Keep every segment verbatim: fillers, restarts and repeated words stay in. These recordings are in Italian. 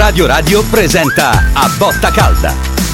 Radio Radio presenta A Botta Calda.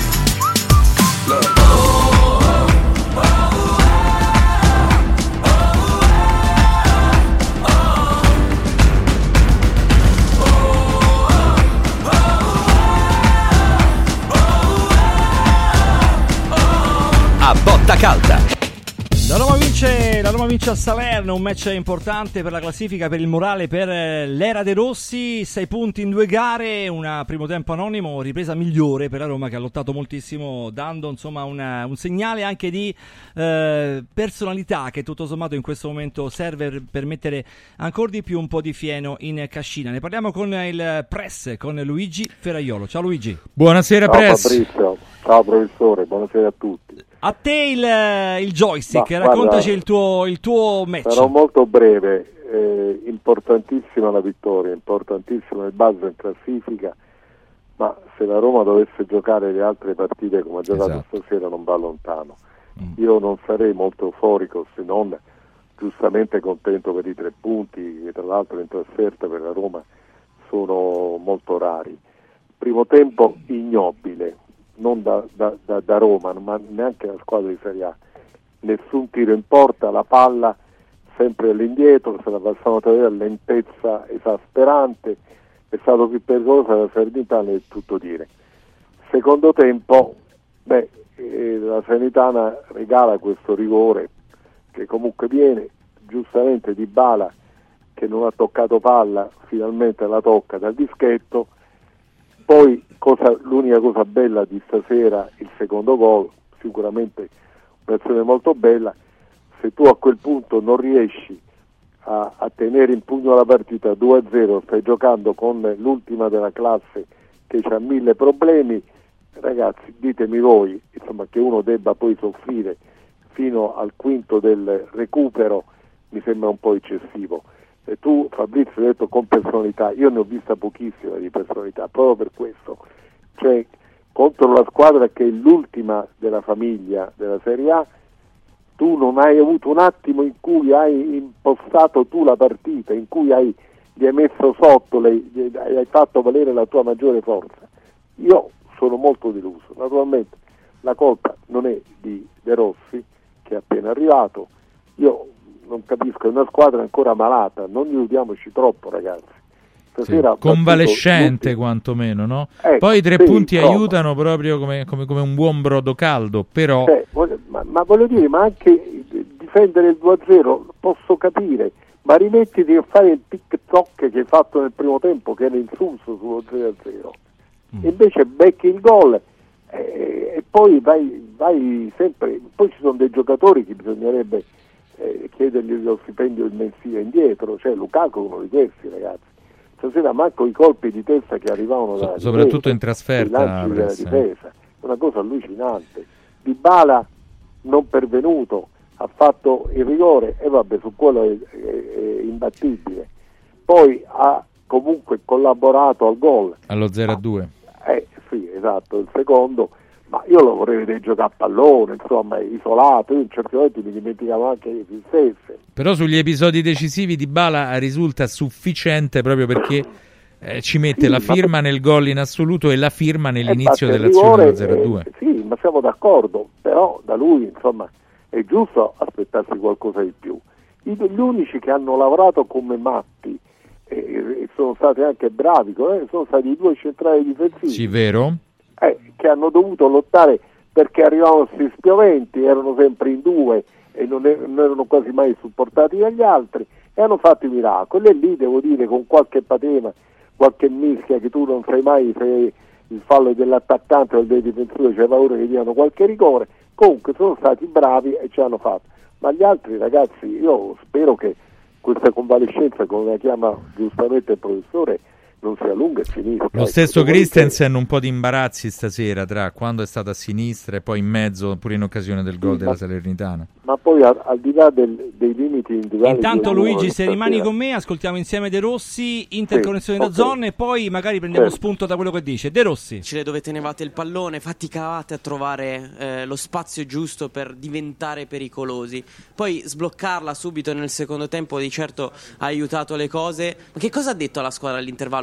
A Botta Calda. La Roma vince, la Roma vince a Salerno, un match importante per la classifica, per il morale, per l'era De Rossi, sei punti in due gare, un primo tempo anonimo, ripresa migliore per la Roma che ha lottato moltissimo, dando insomma una, un segnale anche di eh, personalità che tutto sommato in questo momento serve per, per mettere ancora di più un po' di fieno in cascina. Ne parliamo con il press, con Luigi Ferraiolo. Ciao Luigi. Buonasera. Ciao press. Fabrizio, ciao professore, buonasera a tutti. A te il, il joystick, Ma, raccontaci guarda, il tuo, il tuo match. Sarò molto breve, eh, importantissima la vittoria, importantissima il buzz in classifica, ma se la Roma dovesse giocare le altre partite come ha giocato Esatto. stasera non va lontano. Mm. Io non sarei molto euforico, se non giustamente contento per i tre punti, che tra l'altro in trasferta per la Roma sono molto rari. Primo tempo ignobile. Non da, da, da, da Roma, ma neanche la squadra di Serie A. Nessun tiro in porta, la palla sempre all'indietro, se la passavano a lentezza esasperante, è stato più pericoloso la Salernitana del tutto dire. Secondo tempo, beh, eh, la Salernitana regala questo rigore che comunque viene, giustamente Dybala che non ha toccato palla, finalmente la tocca dal dischetto. Poi cosa, l'unica cosa bella di stasera, il secondo gol, sicuramente un'azione molto bella. Se tu a quel punto non riesci a, a tenere in pugno la partita due a zero, stai giocando con l'ultima della classe che ha mille problemi, ragazzi, ditemi voi, insomma, che uno debba poi soffrire fino al quinto del recupero mi sembra un po' eccessivo. E tu Fabrizio hai detto con personalità, io ne ho vista pochissima di personalità, proprio per questo, cioè contro la squadra che è l'ultima della famiglia della Serie A, tu non hai avuto un attimo in cui hai impostato tu la partita, in cui hai, gli hai messo sotto, le, gli hai fatto valere la tua maggiore forza. Io sono molto deluso, naturalmente la colpa non è di De Rossi che è appena arrivato, io non capisco, è una squadra ancora malata, non illudiamoci troppo ragazzi. Stasera sì, convalescente tutti... quantomeno, no? Eh, Poi i tre sì, punti no. aiutano proprio come, come, come un buon brodo caldo, però... Cioè, voglio, ma, ma voglio dire, ma anche difendere il due a zero posso capire, ma rimettiti a fare il tic-toc che hai fatto nel primo tempo, che era insulso sullo zero a zero. Mm. Invece becchi il gol eh, e poi vai, vai sempre... Poi ci sono dei giocatori che bisognerebbe... Eh, chiedergli lo stipendio il mensile indietro, cioè Lukaku è uno di questi ragazzi. Stasera manco i colpi di testa che arrivavano so, dalla soprattutto difesa, in trasferta, i lanci della Press, difesa, è una cosa allucinante. Dybala non pervenuto, ha fatto il rigore e vabbè, su quello è, è, è imbattibile. Poi ha comunque collaborato al gol allo zero a due. Eh sì, esatto, il secondo. Ma io lo vorrei vedere giocare a pallone, insomma, isolato, io in certi momenti mi dimenticavo anche che esistesse. Però sugli episodi decisivi Dybala risulta sufficiente proprio perché eh, ci mette sì, la firma ma... nel gol in assoluto e la firma nell'inizio eh, dell'azione dello zero a due. Eh, sì, ma siamo d'accordo, però da lui, insomma, è giusto aspettarsi qualcosa di più. I, gli unici che hanno lavorato come matti e eh, sono stati anche bravi, eh, sono stati i due centrali difensivi. Sì, vero? Eh, che hanno dovuto lottare perché arrivavano questi spioventi, erano sempre in due e non, er- non erano quasi mai supportati dagli altri e hanno fatto i miracoli. E lì devo dire con qualche patema, qualche mischia che tu non sai mai se il fallo dell'attaccante o del difensore c'è paura che diano qualche rigore, comunque sono stati bravi e ce l'hanno fatto. Ma gli altri ragazzi, io spero che questa convalescenza, come la chiama giustamente il professore, non sia lunga e finisca. Lo stesso Christensen un po' di imbarazzi stasera tra quando è stato a sinistra e poi in mezzo pure in occasione del gol sì, della ma, Salernitana. Ma poi al, al di là del, dei limiti individuali. Intanto Luigi, se stasera. rimani con me ascoltiamo insieme De Rossi, interconnessione sì, da okay. zone e poi magari prendiamo certo. spunto da quello che dice. De Rossi. Dove tenevate il pallone, faticavate a trovare eh, lo spazio giusto per diventare pericolosi. Poi sbloccarla subito nel secondo tempo di certo ha aiutato le cose. Ma che cosa ha detto alla squadra all'intervallo?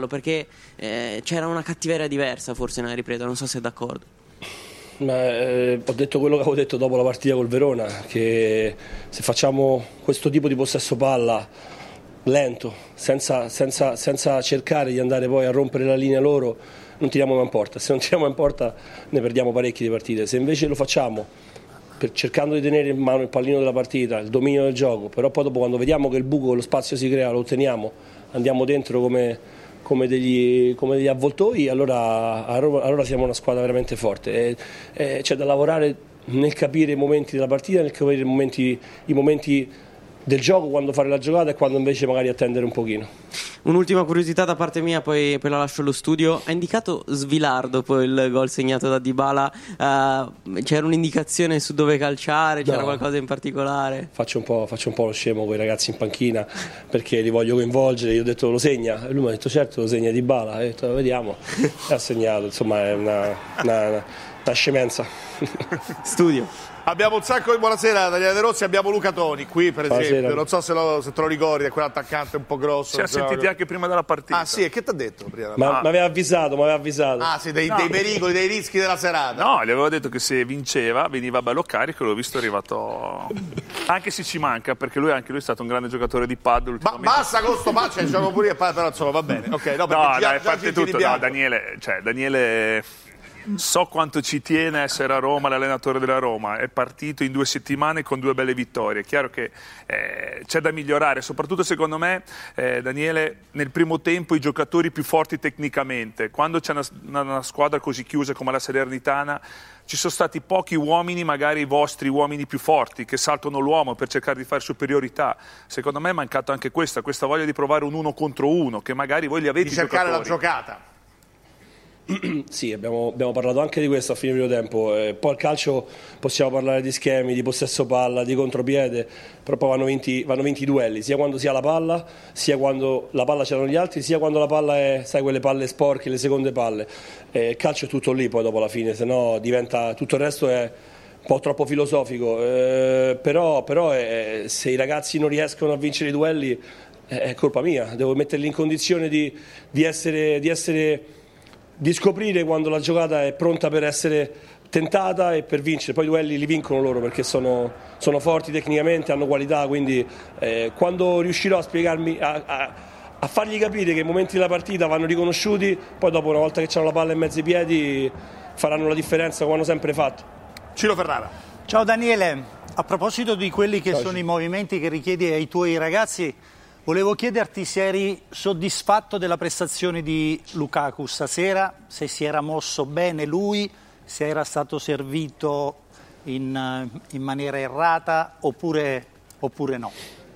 perché eh, c'era una cattiveria diversa forse nella ripresa, non so se è d'accordo. Ma, eh, ho detto quello che avevo detto dopo la partita col Verona, che se facciamo questo tipo di possesso palla lento, senza, senza, senza cercare di andare poi a rompere la linea loro, non tiriamo mai in porta. Se non tiriamo in porta ne perdiamo parecchie di partite. Se invece lo facciamo per, cercando di tenere in mano il pallino della partita, il dominio del gioco, però poi dopo quando vediamo che il buco, lo spazio si crea, lo otteniamo, andiamo dentro come, come, degli, come degli avvoltoi, allora, allora siamo una squadra veramente forte. E, e c'è da lavorare nel capire i momenti della partita, nel capire i momenti, i momenti del gioco, quando fare la giocata e quando invece magari attendere un pochino. Un'ultima curiosità da parte mia, poi, poi la lascio allo studio. Ha indicato Svilar dopo il gol segnato da Dybala, uh, c'era un'indicazione su dove calciare, c'era no. qualcosa in particolare? Faccio un po', faccio un po' lo scemo con i ragazzi in panchina perché li voglio coinvolgere, io ho detto lo segna, e lui mi ha detto certo lo segna Dybala, ho detto vediamo, e ha segnato, insomma è una, una, una scemenza. Studio. Abbiamo un sacco di buonasera Daniele De Rossi, abbiamo Luca Toni qui per esempio, buonasera. Non so se, lo, se te lo ricordi, è quell'attaccante un po' grosso. Si è sentiti anche prima della partita. Ah sì, e che ti ha detto prima? Ma ah. mi aveva avvisato, mi aveva avvisato. Ah sì, dei, no. dei pericoli, dei rischi della serata. No, gli avevo detto che se vinceva veniva bello carico, l'ho visto arrivato, anche se ci manca, perché lui anche lui è stato un grande giocatore di paddle. Ma basta con sto match, gioco pure io, però insomma va bene. Ok, no, no già, dai, già parte tutto, no, Daniele, cioè Daniele... So quanto ci tiene a essere a Roma, l'allenatore della Roma, è partito in due settimane con due belle vittorie. È chiaro che eh, c'è da migliorare, soprattutto secondo me, eh, Daniele, nel primo tempo i giocatori più forti tecnicamente. Quando c'è una, una, una squadra così chiusa come la Salernitana, ci sono stati pochi uomini, magari i vostri uomini più forti, che saltano l'uomo per cercare di fare superiorità. Secondo me è mancato anche questa, questa voglia di provare un uno contro uno, che magari voi li avete di cercare giocatori. la giocata. Sì, abbiamo, abbiamo parlato anche di questo a fine primo tempo, eh, poi al calcio possiamo parlare di schemi, di possesso palla, di contropiede, però poi vanno vinti, vanno vinti i duelli, sia quando si ha la palla, sia quando la palla c'erano gli altri, sia quando la palla è, sai, quelle palle sporche, le seconde palle. Eh, il calcio è tutto lì poi dopo alla fine, se no diventa, tutto il resto è un po' troppo filosofico, eh, però, però eh, se i ragazzi non riescono a vincere i duelli eh, è colpa mia, devo metterli in condizione di, di essere... Di essere di scoprire quando la giocata è pronta per essere tentata e per vincere. Poi i duelli li vincono loro perché sono, sono forti tecnicamente, hanno qualità, quindi eh, quando riuscirò a spiegarmi, a, a, a fargli capire che i momenti della partita vanno riconosciuti, poi dopo una volta che hanno la palla in mezzo ai piedi faranno la differenza come hanno sempre fatto. Ciro Ferrara. Ciao Daniele, a proposito di quelli che Ciao, sono i movimenti che richiedi ai tuoi ragazzi, volevo chiederti se eri soddisfatto della prestazione di Lukaku stasera, se si era mosso bene lui, se era stato servito in, in maniera errata oppure, oppure no.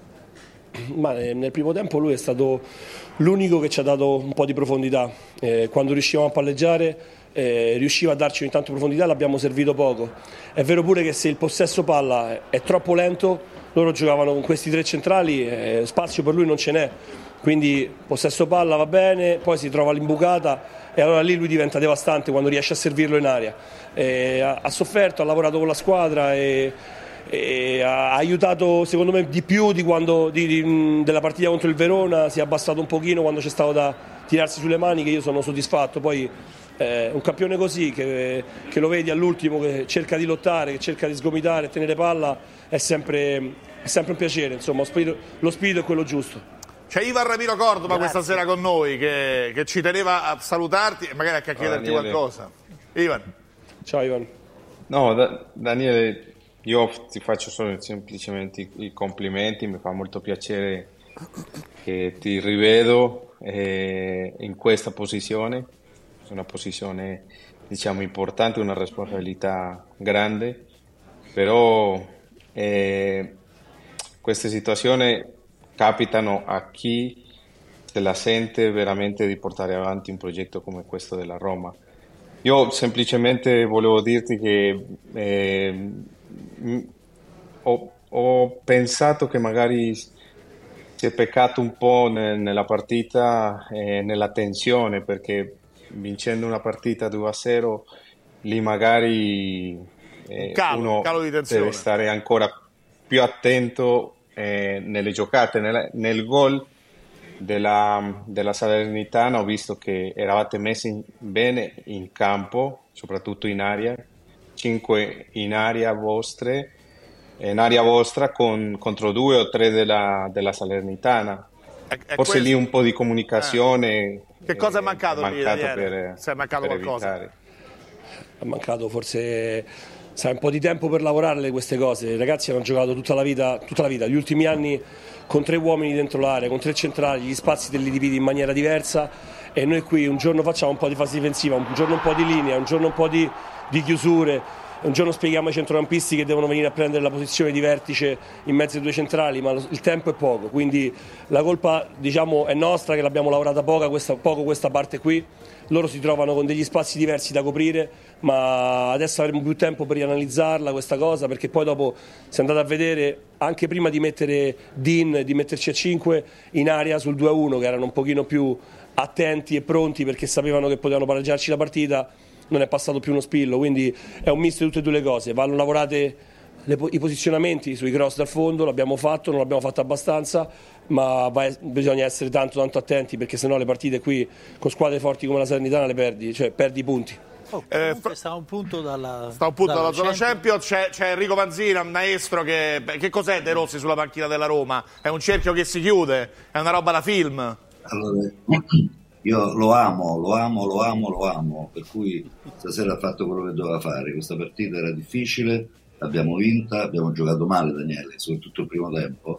Ma nel primo tempo lui è stato l'unico che ci ha dato un po' di profondità. Eh, quando riuscivamo a palleggiare eh, riusciva a darci ogni tanto profondità, l'abbiamo servito poco. È vero pure che se il possesso palla è troppo lento, loro giocavano con questi tre centrali, eh, spazio per lui non ce n'è, quindi possesso palla va bene, poi si trova l'imbucata e allora lì lui diventa devastante quando riesce a servirlo in aria. Eh, ha, ha sofferto, ha lavorato con la squadra e, e ha aiutato secondo me di più di quando, di, di, della partita contro il Verona, si è abbassato un pochino quando c'è stato da tirarsi sulle mani, che io sono soddisfatto. Poi eh, un campione così che, che lo vedi all'ultimo, che cerca di lottare, che cerca di sgomitare e tenere palla, è sempre, è sempre un piacere, insomma, lo spirito, lo spirito è quello giusto. C'è Ivan Ramiro Cordova Grazie. questa sera con noi che, che ci teneva a salutarti e magari anche a chiederti oh, qualcosa. Ivan. Ciao Ivan. No, da, Daniele, io ti faccio solo semplicemente i, i complimenti, mi fa molto piacere che ti rivedo eh, in questa posizione, una posizione diciamo importante, una responsabilità grande, però eh, queste situazioni capitano a chi se la sente veramente di portare avanti un progetto come questo della Roma. Io semplicemente volevo dirti che eh, ho, ho pensato che magari si è peccato un po' ne, nella partita, eh, nella tensione, perché vincendo una partita due a zero lì magari Eh, calo, uno calo di deve stare ancora più attento eh, nelle giocate, nel, nel gol della, della Salernitana ho visto che eravate messi in- bene in campo, soprattutto in aria, cinque in aria vostre, in aria vostra con, contro due o tre della, della Salernitana. È, è Forse questo. lì un po' di comunicazione. Eh. Che cosa è eh, mancato, lì, mancato Daniele? per, Se è mancato per qualcosa. evitare. È mancato forse sai, un po' di tempo per lavorarle queste cose. I ragazzi hanno giocato tutta la vita, tutta la vita, gli ultimi anni con tre uomini dentro l'area, con tre centrali, gli spazi te li dividi in maniera diversa e noi qui un giorno facciamo un po' di fase difensiva, un giorno un po' di linea, un giorno un po' di, di chiusure, un giorno spieghiamo ai centrocampisti che devono venire a prendere la posizione di vertice in mezzo ai due centrali, ma lo- il tempo è poco, quindi la colpa diciamo è nostra che l'abbiamo lavorata poca, questa, poco questa parte qui. Loro si trovano con degli spazi diversi da coprire, ma adesso avremo più tempo per rianalizzarla questa cosa, perché poi dopo si è andata a vedere anche prima di mettere Dean, di metterci a cinque in area sul due a uno, che erano un pochino più attenti e pronti perché sapevano che potevano pareggiarci la partita, non è passato più uno spillo, quindi è un misto di tutte e due le cose. Vanno lavorate le po- i posizionamenti sui cross dal fondo, l'abbiamo fatto, non l'abbiamo fatto abbastanza, ma vai- bisogna essere tanto tanto attenti perché sennò le partite qui con squadre forti come la Salernitana le perdi, cioè perdi i punti. Oh, Eh, comunque fra- sta a un punto dalla, Sta un punto dalla, zona Champions. Champions, c'è, c'è Enrico Vanzina, un maestro che... Che cos'è De Rossi sulla panchina della Roma? È un cerchio che si chiude? È una roba da film? Allora, io lo amo, lo amo, lo amo, lo amo, per cui stasera ha fatto quello che doveva fare. Questa partita era difficile, l'abbiamo vinta, abbiamo giocato male, Daniele, soprattutto il primo tempo,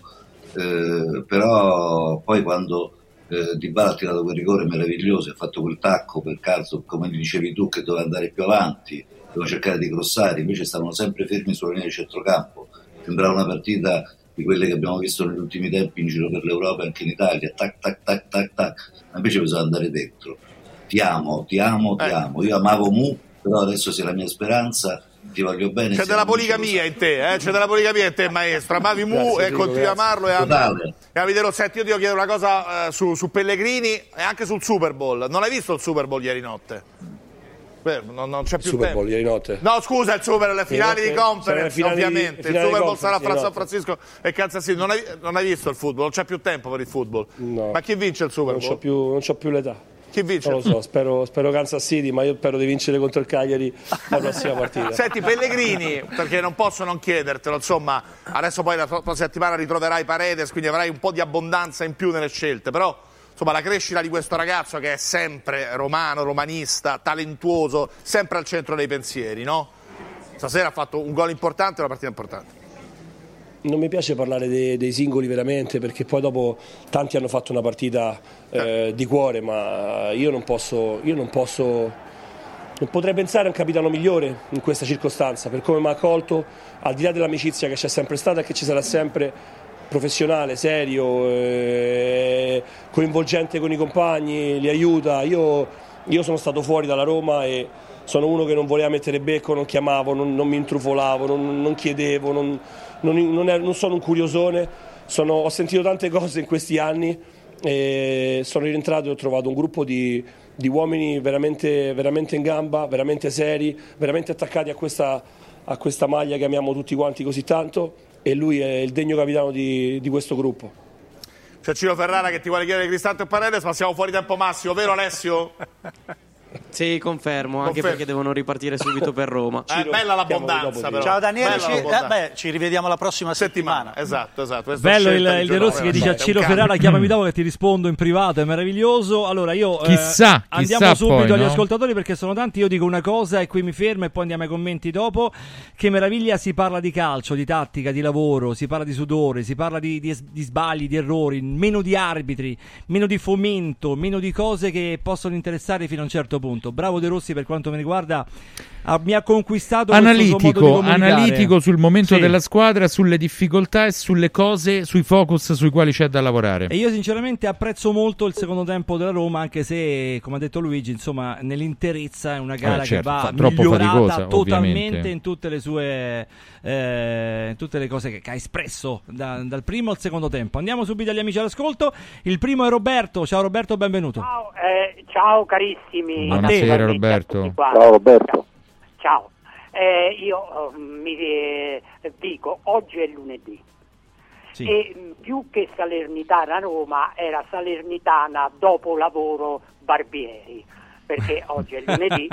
eh, però poi quando eh, Dybala ha tirato quel rigore meraviglioso, ha fatto quel tacco per caso, come dicevi tu, che doveva andare più avanti, doveva cercare di crossare, invece stavano sempre fermi sulla linea di centrocampo, sembrava una partita di quelle che abbiamo visto negli ultimi tempi in giro per l'Europa, anche in Italia, tac tac tac tac tac, ma invece bisogna andare dentro. Ti amo, ti amo, ti Eh. amo. Io amavo Mu, però adesso sei la mia speranza, ti voglio bene. C'è siamo della amici, poligamia lo in te, eh? C'è della poligamia in te, maestro. Amavi Mu Grazie, e Enrico, continui a grazie. amarlo e ami, Totale. e ami De Rossi. Senti, io ti devo chiedere una cosa eh, su, su Pellegrini e anche sul Super Bowl. Non hai visto il Super Bowl ieri notte? Beh, non, non c'è più Super tempo. Bowl ieri notte. No, scusa, il Super, le finali notte di saranno conference, le finali di- ovviamente. finali Il di Super Bowl sarà conference, fra San ieri Francisco e Kansas City. Non hai, non hai visto il football, non c'è più tempo per il football. No. Ma chi vince il Super Non Bowl? c'ho più, non c'ho più l'età. Chi vince? Non lo so, spero, spero Kansas City, ma io spero di vincere contro il Cagliari la prossima partita. Senti, Pellegrini, perché non posso non chiedertelo, insomma, adesso poi la prossima settimana ritroverai Paredes, quindi avrai un po' di abbondanza in più nelle scelte, però insomma la crescita di questo ragazzo che è sempre romano, romanista, talentuoso, sempre al centro dei pensieri, no? Stasera ha fatto un gol importante e una partita importante. Non mi piace parlare dei, dei singoli veramente, perché poi dopo tanti hanno fatto una partita eh, di cuore, ma io non posso, io non posso, non potrei pensare a un capitano migliore in questa circostanza, per come mi ha accolto, al di là dell'amicizia che c'è sempre stata e che ci sarà sempre, professionale, serio, eh, coinvolgente con i compagni, li aiuta. Io, io sono stato fuori dalla Roma e sono uno che non voleva mettere becco, non chiamavo, non, non mi intrufolavo, non, non chiedevo, non, non, non, è- non sono un curiosone, sono- ho sentito tante cose in questi anni e sono rientrato e ho trovato un gruppo di, di uomini veramente, veramente in gamba, veramente seri, veramente attaccati a questa, a questa maglia che amiamo tutti quanti così tanto, e lui è il degno capitano di, di questo gruppo. C'è Ciro Ferrara che ti vuole chiedere Cristante e Paredes, ma siamo fuori tempo massimo, vero Alessio? Sì, confermo, anche Confermo. perché devono ripartire subito per Roma. Eh, bella l'abbondanza però. Ciao Daniele, Bella ci, eh, l'abbondanza. beh, ci rivediamo la prossima settimana. Esatto, esatto. Questa Bello il, scelta di il De giornata Rossi che è dice a un Ciro cambio. Ferrara chiamami dopo che ti rispondo in privato, è meraviglioso. Allora io eh, Chissà, andiamo chissà subito poi, agli no? ascoltatori perché sono tanti. Io dico una cosa e qui mi fermo e poi andiamo ai commenti dopo. Che meraviglia, si parla di calcio, di tattica, di lavoro, si parla di sudore, si parla di, di, di sbagli, di errori, meno di arbitri, meno di fomento, meno di cose che possono interessare fino a un certo punto. Bravo De Rossi, per quanto mi riguarda ha- mi ha conquistato questo suo modo di Analitico, comunicare. analitico sul momento Sì. della squadra, sulle difficoltà e sulle cose, sui focus sui quali c'è da lavorare. E io sinceramente apprezzo molto il secondo tempo della Roma, anche se, come ha detto Luigi, insomma, nell'interezza è una gara Eh, certo, che va fa- troppo migliorata faticosa, totalmente ovviamente. in tutte le sue eh, in tutte le cose che, che ha espresso da- dal primo al secondo tempo. Andiamo subito agli amici all'ascolto. Il primo è Roberto. Ciao Roberto, benvenuto. Ciao, eh, ciao carissimi. Buonasera, Amici, Roberto. tutti quanti. Ciao Roberto. Ciao. Eh, io eh, mi eh, dico, oggi è lunedì. Sì. E mh, più che Salernitana Roma era Salernitana dopo lavoro Barbieri, perché oggi è lunedì.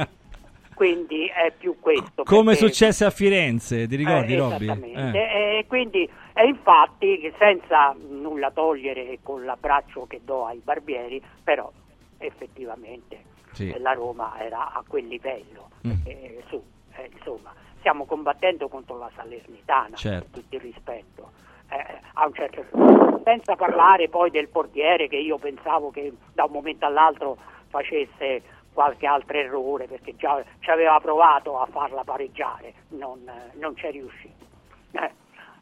Quindi è più questo. Come perché, successe a Firenze, ti ricordi, eh, Robby? Esattamente, Eh. e quindi e infatti senza nulla togliere con l'abbraccio che do ai barbieri, però effettivamente Sì. eh, la Roma era a quel livello. Mm. Eh, su, eh, insomma, stiamo combattendo contro la Salernitana, Certo. con tutto il rispetto. Eh, a un certo punto. Senza parlare poi del portiere, che io pensavo che da un momento all'altro facesse qualche altro errore, perché già ci aveva provato a farla pareggiare, non, non c'è riuscito. Eh,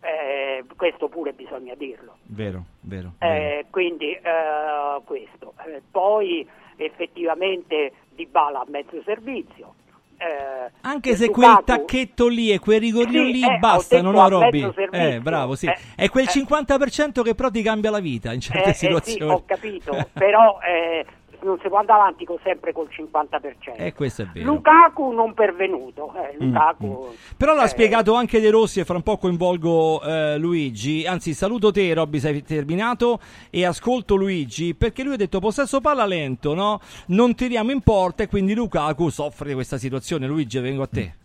eh, questo pure bisogna dirlo. Vero, vero. Eh, vero. quindi eh, questo. Eh, poi effettivamente Dybala a mezzo servizio. Eh, Anche se Lukaku- quel tacchetto lì e quel rigorino Sì, lì eh, ho bastano, detto no, a Robby? mezzo servizio. Eh, bravo, sì. Eh, È quel eh. cinquanta per cento che però ti cambia la vita in certe Eh, eh, sì, situazioni. ho capito, però eh, non si può andare avanti con, sempre col cinquanta per cento. Eh, questo è vero. Lukaku non pervenuto, eh, Mm, Lukaku, Però l'ha eh, spiegato anche De Rossi e fra un po' coinvolgo eh, Luigi. Anzi, saluto te, Robby, sei terminato, e ascolto Luigi, perché lui ha detto possesso palla lento, no? Non tiriamo in porta, e quindi Lukaku soffre di questa situazione. Luigi, vengo a te.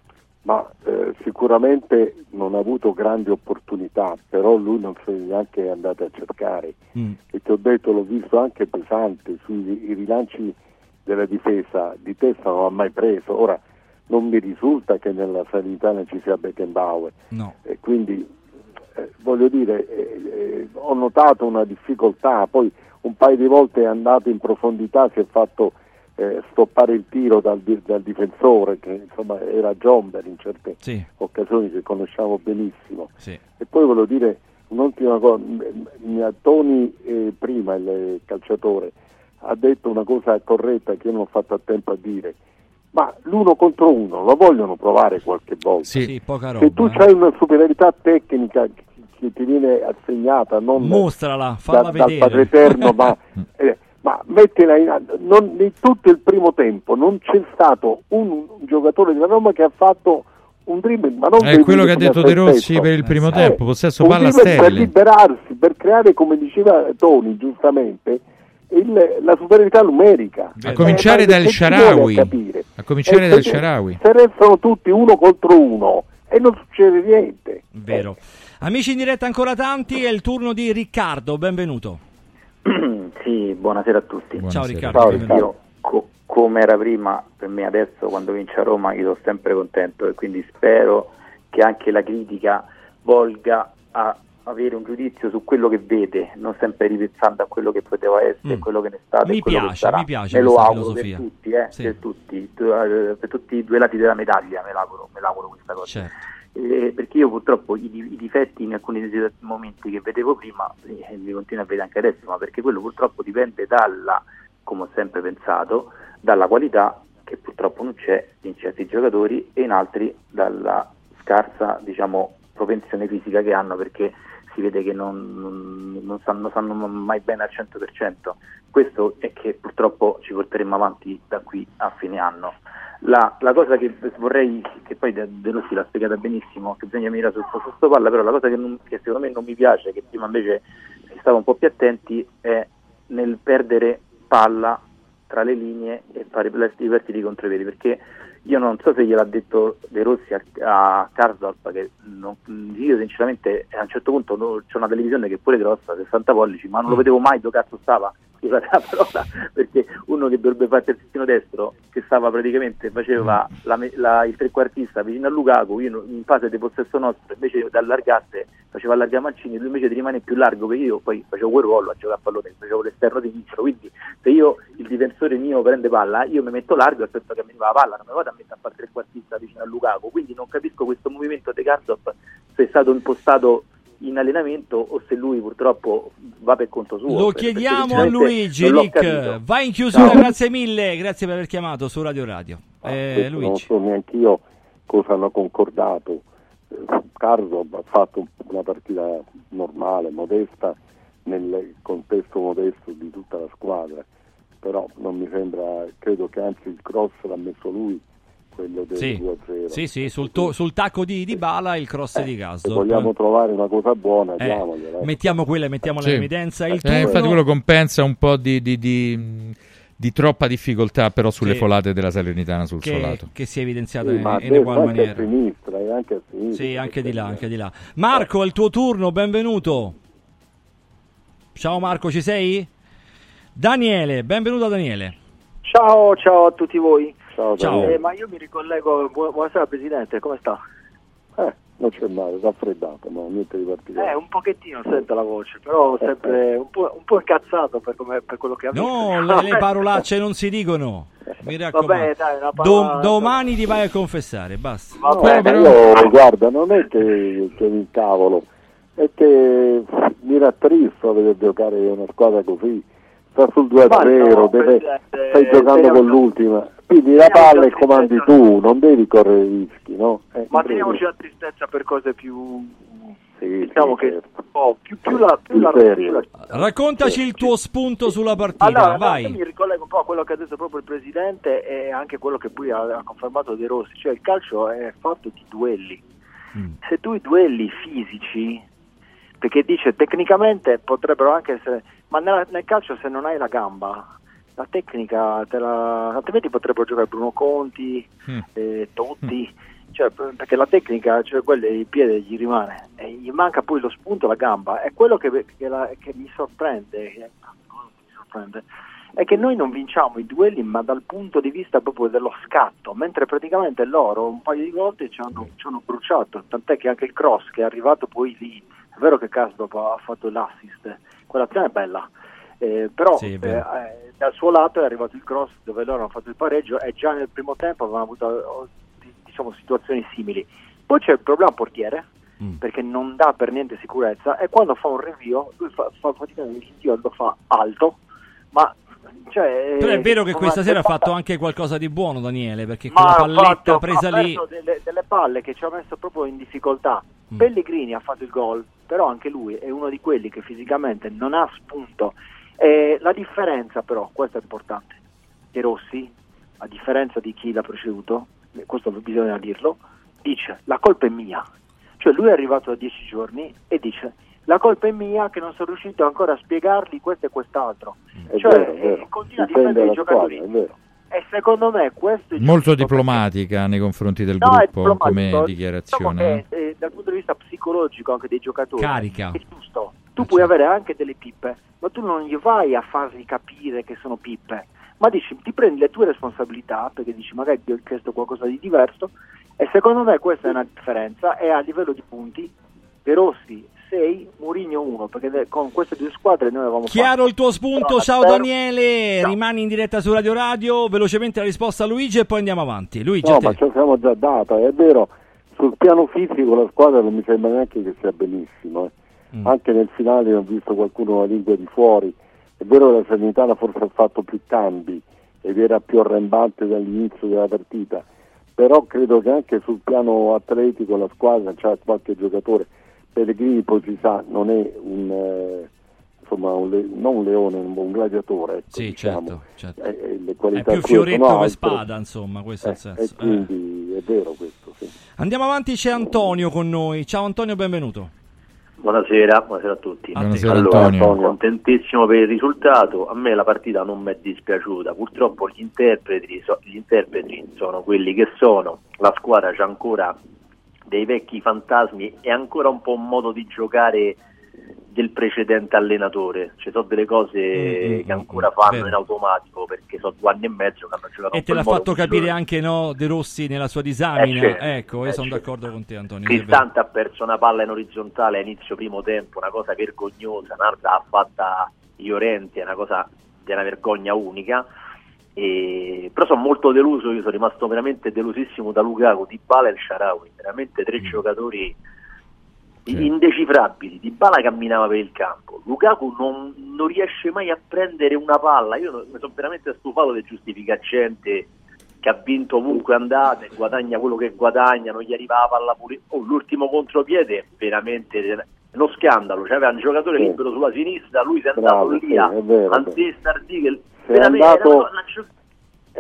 Ma eh, sicuramente non ha avuto grandi opportunità, però lui non si è neanche andato a cercare. Mm. E ti ho detto, l'ho visto anche pesante sui i rilanci della difesa, di testa non ha mai preso. Ora non mi risulta che nella Salernitana ci sia Beckenbauer, No. e quindi eh, voglio dire, eh, eh, ho notato una difficoltà, poi un paio di volte è andato in profondità, si è fatto Eh, stoppare il tiro dal, dal difensore, che insomma era Jomber in certe Sì. occasioni che conosciamo benissimo. Sì. E poi volevo dire un'ultima cosa, M- Toni eh, prima, il calciatore, ha detto una cosa corretta che io non ho fatto a tempo a dire, ma l'uno contro uno lo vogliono provare qualche volta. Sì, sì, poca roba. Se tu eh. hai una superiorità tecnica che, che ti viene assegnata non Mostrala, falla da, vedere. dal Padre Eterno, ma eh, ma mettila in, non, in tutto il primo tempo non c'è stato un, un giocatore della Roma che ha fatto un dribbling, ma non È quello che ha detto De Rossi per il primo eh, tempo, possesso un palla dribbling per sterile. liberarsi, per creare, come diceva Toni giustamente, il, la superiorità numerica, A cominciare eh, dal che ci vuole Shaarawy. a capire? A cominciare Eh, dal se- Shaarawy. se restano tutti uno contro uno e non succede niente. Vero. Amici in diretta ancora tanti, è il turno di Riccardo, benvenuto. Sì, buonasera a tutti. Ciao Riccardo. Ciao, benvenuto. io co- come era prima, per me adesso quando vince a Roma io sono sempre contento, e quindi spero che anche la critica volga a avere un giudizio su quello che vede, non sempre ripensando a quello che poteva essere, Mm. quello che ne è stato Mi e quello che piace, sarà. mi piace me lo questa auguro filosofia. per tutti, eh, Sì. per tutti, tu- eh, per tutti i due lati della medaglia, me l'auguro, me l'auguro questa cosa. Certo. Eh, perché io purtroppo i, i difetti in alcuni dei momenti che vedevo prima eh, li continuo a vedere anche adesso, ma perché quello purtroppo dipende dalla, come ho sempre pensato, dalla qualità che purtroppo non c'è in certi giocatori, e in altri dalla scarsa, diciamo, propensione fisica che hanno, perché si vede che non, non, non sanno, sanno mai bene al cento per cento. Questo è che purtroppo ci porteremo avanti da qui a fine anno. La, la cosa che vorrei, che poi De De Rossi l'ha spiegata benissimo, che bisogna mirare sul possesso palla, però la cosa che, non, che secondo me non mi piace, che prima invece si stava un po' più attenti, è nel perdere palla tra le linee e fare i partiti contro i piedi, perché io non so se gliel'ha detto De Rossi a, a Karsdorp, che non, io sinceramente a un certo punto no, c'è una televisione che è pure grossa, sessanta pollici, ma non lo vedevo mai dove cazzo stava, scusate la parola, perché uno che dovrebbe fare il terzino destro, che stava praticamente, faceva la, la, il trequartista vicino a Lukaku, io in fase di possesso nostro, invece di allargasse, faceva allargare Mancini, lui invece di rimanere più largo, che io poi facevo quel ruolo a giocare a pallone, facevo l'esterno sinistro, quindi se io, il difensore mio prende palla, io mi metto largo e aspetto che mi va la palla, non mi vado a mettere a fare il trequartista vicino a Lukaku, quindi non capisco questo movimento di Karsdorp, se è stato impostato in allenamento o se lui purtroppo va per conto suo. Lo per, chiediamo a Luigi. non l'ho Rick, capito. vai in chiusura, Ciao. grazie mille, grazie per aver chiamato su Radio Radio. Eh, Non Luigi. so neanche io cosa hanno concordato. Carlo ha fatto una partita normale, modesta, nel contesto modesto di tutta la squadra, però non mi sembra, credo che anzi il cross l'ha messo lui quello del sì. due a zero. Sì, sì, sul, to- sul tacco di Dybala il cross eh, di Se Karsdorp. vogliamo trovare una cosa buona, eh, diamogliela. Eh. Mettiamo quella, mettiamola Sì. in evidenza. Il Eh, turno... infatti quello compensa un po' di, di, di, di troppa difficoltà però sulle Sì. folate della Salernitana sul che, suo lato. che si è evidenziata Sì, in, ma in ugual anche maniera. a sinistra, e anche a sinistra. Sì, anche di là, anche di là. Marco, è il tuo turno, benvenuto. Ciao Marco, ci sei? Daniele, benvenuto Daniele. Ciao, ciao a tutti voi. Ciao, Ciao. Eh, ma io mi ricollego, bu- buonasera Presidente, come sta? Eh, non c'è male, raffreddato, ma niente di particolare. Eh, un pochettino sento la voce, però sempre un po', un po' incazzato per, come, per quello che ha visto. No, le, le parolacce non si dicono. Mi raccomando. Vabbè, dai, una Do- parola- domani ti vai a confessare, basta. No, Vabbè, però, io, guarda, non è che, che mi incavolo, è che mi rattristo a vedere giocare una squadra così. Sta sul due a zero, no, deve, Presidente, stai giocando teniamo- con l'ultima, quindi la teniamo palla e già comandi tristezza. tu, non devi correre rischi, no? Eh, Ma prego. teniamoci la tristezza per cose più... Sì, diciamo sì, che certo. oh, più, più la... Più Più la, serio. più la- Raccontaci il tuo spunto sulla partita, Allora, no, vai. io mi ricollego un po' a quello che ha detto proprio il Presidente e anche quello che poi ha, ha confermato De Rossi, cioè il calcio è fatto di duelli. Mm. Se tu i duelli fisici, perché dice tecnicamente potrebbero anche essere, ma nella- nel calcio se non hai la gamba, la tecnica, te la, altrimenti potrebbero giocare Bruno Conti, Mm. eh, Totti, cioè, perché la tecnica, cioè quello il piede gli rimane, e gli manca poi lo spunto, la gamba, è quello che, che, la- che mi sorprende, che- mi sorprende, è che noi non vinciamo i duelli ma dal punto di vista proprio dello scatto, mentre praticamente loro un paio di volte ci hanno, ci hanno bruciato, tant'è che anche il cross che è arrivato poi lì, è vero che Karsdorp ha fatto l'assist, quell'azione è bella, eh, però Sì, è eh, vero. eh, dal suo lato è arrivato il cross dove loro hanno fatto il pareggio e già nel primo tempo avevano avuto oh, di- diciamo situazioni simili. Poi c'è il problema portiere, Mm. perché non dà per niente sicurezza, e quando fa un rinvio lui fa, fa fatica nel rinvio, lo fa alto, ma cioè, Però è vero che come- questa sera ha fatto anche qualcosa di buono Daniele, perché ma quella ha palletta fatto- presa ha lì... perso delle, delle palle che ci ha messo proprio in difficoltà. Mm. Pellegrini ha fatto il gol, però anche lui è uno di quelli che fisicamente non ha spunto. E la differenza però, questo è importante, De Rossi, a differenza di chi l'ha preceduto, eh, questo bisogna dirlo, dice la colpa è mia. Cioè lui è arrivato da dieci giorni e dice la colpa è mia che non sono riuscito ancora a spiegargli questo e quest'altro. È Cioè vero, è vero. eh, continua a Difende difendere i la giocatori. squadra, è vero. E secondo me questo è il Molto giusto, diplomatica nei confronti del No, è gruppo diplomatico. come Diciamo dichiarazione. che, eh, dal punto di vista psicologico anche dei giocatori Carica. è giusto. Tu puoi avere anche delle pippe, ma tu non gli vai a fargli capire che sono pippe, ma dici, ti prendi le tue responsabilità, perché dici magari ti ho chiesto qualcosa di diverso, e secondo me questa è una differenza. E a livello di punti De Rossi sei, Mourinho uno, perché de- con queste due squadre noi avevamo Chiaro fatto. il tuo spunto, Però, ciao spero- Daniele, Ciao. rimani in diretta su Radio Radio, velocemente la risposta a Luigi e poi andiamo avanti. Luigi, No, a te. ma ce l'abbiamo già data, è vero, sul piano fisico la squadra non mi sembra neanche che sia benissimo, eh. Mm. Anche nel finale ho visto qualcuno la lingua di fuori, è vero che la Salernitana forse ha fatto più cambi ed era più arrembante dall'inizio della partita, però credo che anche sul piano atletico la squadra c'ha qualche giocatore. Pellegrini poi si sa, non è un eh, insomma un le- non un leone, un, un gladiatore, ecco, Sì, diciamo. certo, certo. Eh, eh, le È qualità più sue fioretto sono che altre. spada, insomma, questo è il Eh, senso. e Eh. quindi è vero questo, sì. Andiamo avanti, c'è Antonio con noi. Ciao Antonio, benvenuto. Buonasera, buonasera a tutti. A te. Buonasera Allora, Antonio. sono contentissimo per il risultato. A me la partita non mi è dispiaciuta. Purtroppo gli interpreti, so- gli interpreti sono quelli che sono. La squadra c'ha ancora dei vecchi fantasmi e ancora un po' un modo di giocare del precedente allenatore. Ci sono delle cose Mm, mm, che mm, ancora mm, fanno vero. in automatico, perché sono due anni e mezzo che hanno giocato E in te l'ha quel modo fatto capire migliore. anche no, De Rossi nella sua disamina. Eh, certo, Ecco, io eh, sono certo. d'accordo con te Antonio. è vero. Cristante ha perso una palla in orizzontale a inizio primo tempo, una cosa vergognosa, un'altra ha fatta Llorente, è una cosa di una vergogna unica. E... però sono molto deluso, io sono rimasto veramente delusissimo da Lukaku, Dybala e El Shaarawy, veramente tre Mm. giocatori Sì. indecifrabili. Dybala camminava per il campo, Lukaku non, non riesce mai a prendere una palla. Io non- mi sono veramente stufato di giustificare gente che ha vinto ovunque andate, guadagna quello che guadagna, non gli arriva la palla pure. Oh, l'ultimo contropiede veramente uno scandalo, c'aveva un giocatore Sì. libero sulla sinistra, lui si è andato Bravo, lì sì, a è vero, anzi stardi che è veramente andato- era una- una gio- È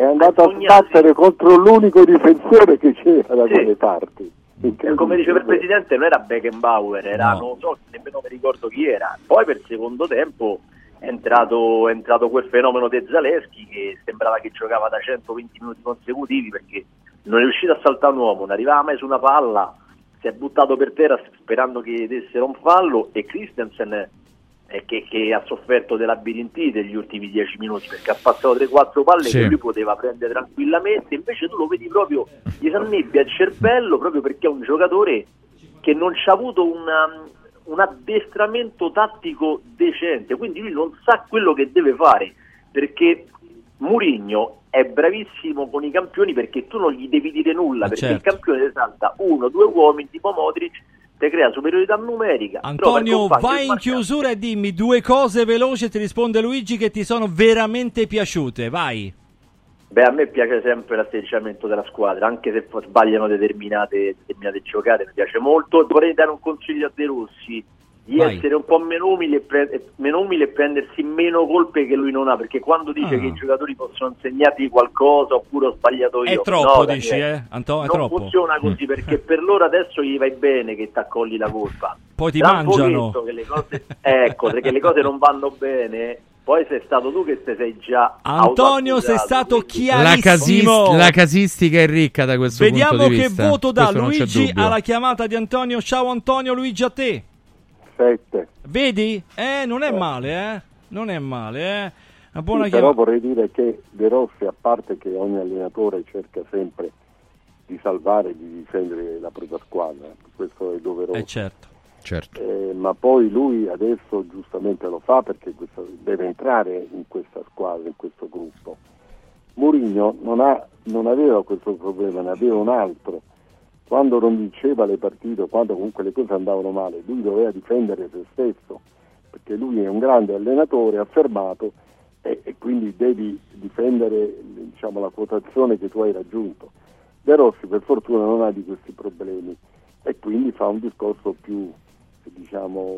è andato a vergognarsi. sbattere contro l'unico difensore che c'era da Sì. quelle parti. Come diceva il presidente, non era Beckenbauer, era, No. non so, nemmeno mi ricordo chi era. Poi per il secondo tempo è entrato, è entrato quel fenomeno De Zalewski che sembrava che giocava da centoventi minuti consecutivi, perché non è riuscito a saltare un uomo, non arrivava mai su una palla, si è buttato per terra sperando che dessero un fallo, e Christensen eh, che, che ha sofferto della labirintite negli ultimi dieci minuti, perché ha passato tre quattro palle Sì. che lui poteva prendere tranquillamente, invece tu lo vedi proprio, gli si annebbia il cervello, proprio perché è un giocatore che non ci ha avuto una, un addestramento tattico decente, quindi lui non sa quello che deve fare, perché Mourinho è bravissimo con i campioni, perché tu non gli devi dire nulla, Eh, perché certo. il campione ti salta uno, due uomini tipo Modric, te crea superiorità numerica. Antonio, Però per vai in chiusura e dimmi due cose veloci, e ti risponde Luigi, che ti sono veramente piaciute. Vai. Beh, a me piace sempre l'atteggiamento della squadra, anche se f- sbagliano determinate, determinate giocate, mi piace molto. Vorrei dare un consiglio a De Rossi, di Vai. essere un po' meno umile, e pre- meno umile e prendersi meno colpe che lui non ha, perché quando dice Ah. che i giocatori possono insegnarti qualcosa oppure ho sbagliato io, È troppo, no, dici, Daniele, eh? Anto- è non troppo. funziona così, perché per loro adesso gli vai bene che ti accogli la colpa. Poi ti Tra un mangiano. pochetto che le cose, ecco, perché le cose non vanno bene, poi sei stato tu che te sei già Antonio, sei autoaccusato, stato quindi- La, chiarissimo. casis- la casistica è ricca da questo Vediamo punto di che vista. voto dà Questo non c'è Luigi dubbio. alla chiamata di Antonio. Ciao Antonio, Luigi a te. Sette. Vedi? Eh, non è male, eh? Non è male, eh? Una buona Sì, però chiamata. vorrei dire che De Rossi, a parte che ogni allenatore cerca sempre di salvare e di difendere la propria squadra, questo è doveroso. Eh certo. Certo. Eh, ma poi lui adesso giustamente lo fa perché questo, deve entrare in questa squadra, in questo gruppo. Mourinho non, ha, non aveva questo problema, ne aveva un altro. Quando non vinceva le partite, quando comunque le cose andavano male, lui doveva difendere se stesso, perché lui è un grande allenatore affermato e, e quindi devi difendere, diciamo, la quotazione che tu hai raggiunto. De Rossi per fortuna non ha di questi problemi e quindi fa un discorso più, diciamo,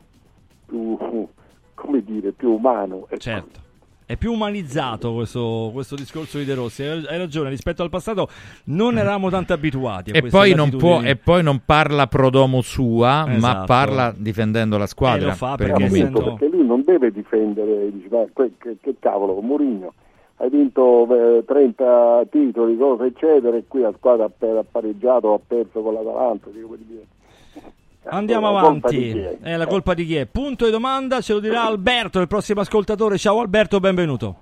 più, come dire, più umano. ecco. Certo. È più umanizzato questo, questo discorso di De Rossi. Hai hai ragione, rispetto al passato non eravamo tanto abituati a E queste poi, non latitudini. può, e poi non parla pro domo sua, ma Esatto. parla difendendo la squadra. E lo fa per il perché momento. Appunto, perché lui non deve difendere, dice, ma que- che, che cavolo, Mourinho hai vinto eh, trenta titoli, cose eccetera, e qui la squadra ha per- ha pareggiato, ha perso con l'Atalanta, dico, per dire. Andiamo La colpa di avanti. chi è? È la colpa di chi è? Punto di domanda, ce lo dirà Alberto, il prossimo ascoltatore. Ciao Alberto, benvenuto.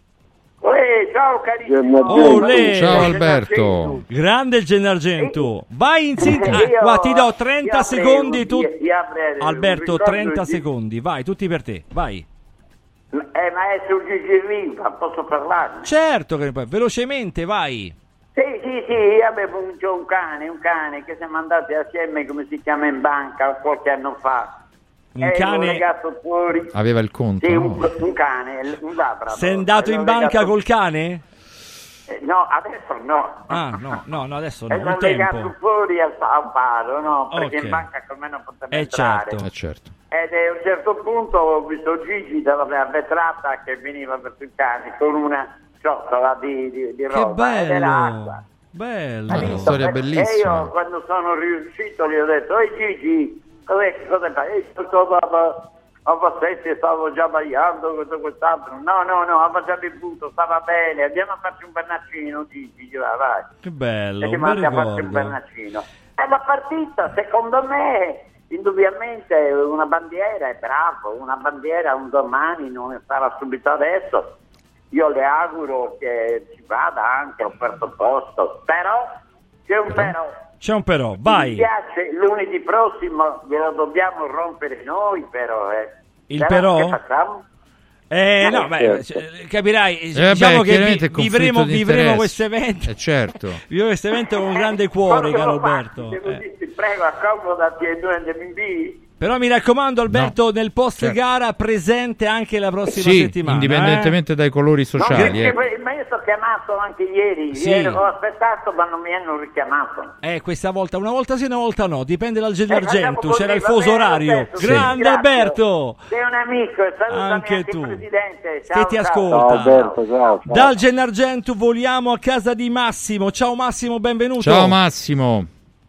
Uè, ciao carissimo. Olè. Ciao Alberto. Grande il Gennargentu. Vai in sintesi. Io- Ah, ti do trenta io secondi. avrei Tu... un- io avrei un Alberto, ricordo trenta di- secondi. Vai, tutti per te. Vai. Eh, ma è sul Gigi Riva, posso parlarne? Certo che poi velocemente, vai. Sì, sì, sì, io avevo un, c'ho un cane, un cane che siamo andati assieme, come si chiama, in banca qualche anno fa. Un E cane- l'ho legato fuori. Aveva il conto. Sì, no? un, un cane, un labrador. Sei andato E in l'ho banca legato- col cane? Eh, no, adesso no. Ah, no, no, no, adesso no. E Un l'ho legato tempo. fuori al, al palo, no? Perché Ok. in banca con me non poteva Eh entrare. certo. Eh, certo. Ed a un certo punto ho visto Gigi dalla vetrata che veniva verso il cane con una ciotola di, di, di Che roba ed era acqua. bello. Bello. Ah, una storia E bellissima. io quando sono riuscito gli ho detto, ehi Gigi, cos'è, cosa fai? E io stavo a Passetti, stavo già bagliando, questo quest'altro. No, no, no, aveva già bevuto, stava bene, andiamo a farci un bernacino, Gigi, vai, vai. Che bello, E ci un bel manda a farci un ricordo. bernacino. E la partita, secondo me, indubbiamente una bandiera è bravo, una bandiera un domani non sarà subito adesso. Io le auguro che ci vada anche al quarto posto, però c'è un però. C'è un però, Mi vai. piace lunedì prossimo, glielo dobbiamo rompere noi, però. Eh. Il però? Che facciamo? Eh, no, Eh, beh, certo. cioè, capirai, Eh, diciamo beh, che chiaramente vi- conflitto vivremo, di vivremo interessi. questo evento. Eh, certo. Vivremo questo evento con un grande cuore, Cosa caro lo fai? Alberto. Devo Eh. dire, ti prego, accomodati ai due bimbi. Però mi raccomando, Alberto, no. nel post certo. gara presente anche la prossima sì, settimana. indipendentemente eh? dai colori sociali. No, eh. perché, ma io sono chiamato anche ieri, Sì. ieri ho aspettato ma non mi hanno richiamato. Eh, questa volta, una volta sì, una volta no, dipende dal Eh, Gennargentu, c'era il va fuso bene, orario. Alberto, sì. Grande Grazie. Alberto! Sei un amico, e salutami Anche anche tu. il presidente. Ciao, Che ti ciao. ascolta. Ciao Alberto, ciao, ciao. Dal Gennargentu voliamo a casa di Massimo. Ciao Massimo, benvenuto. Ciao Massimo.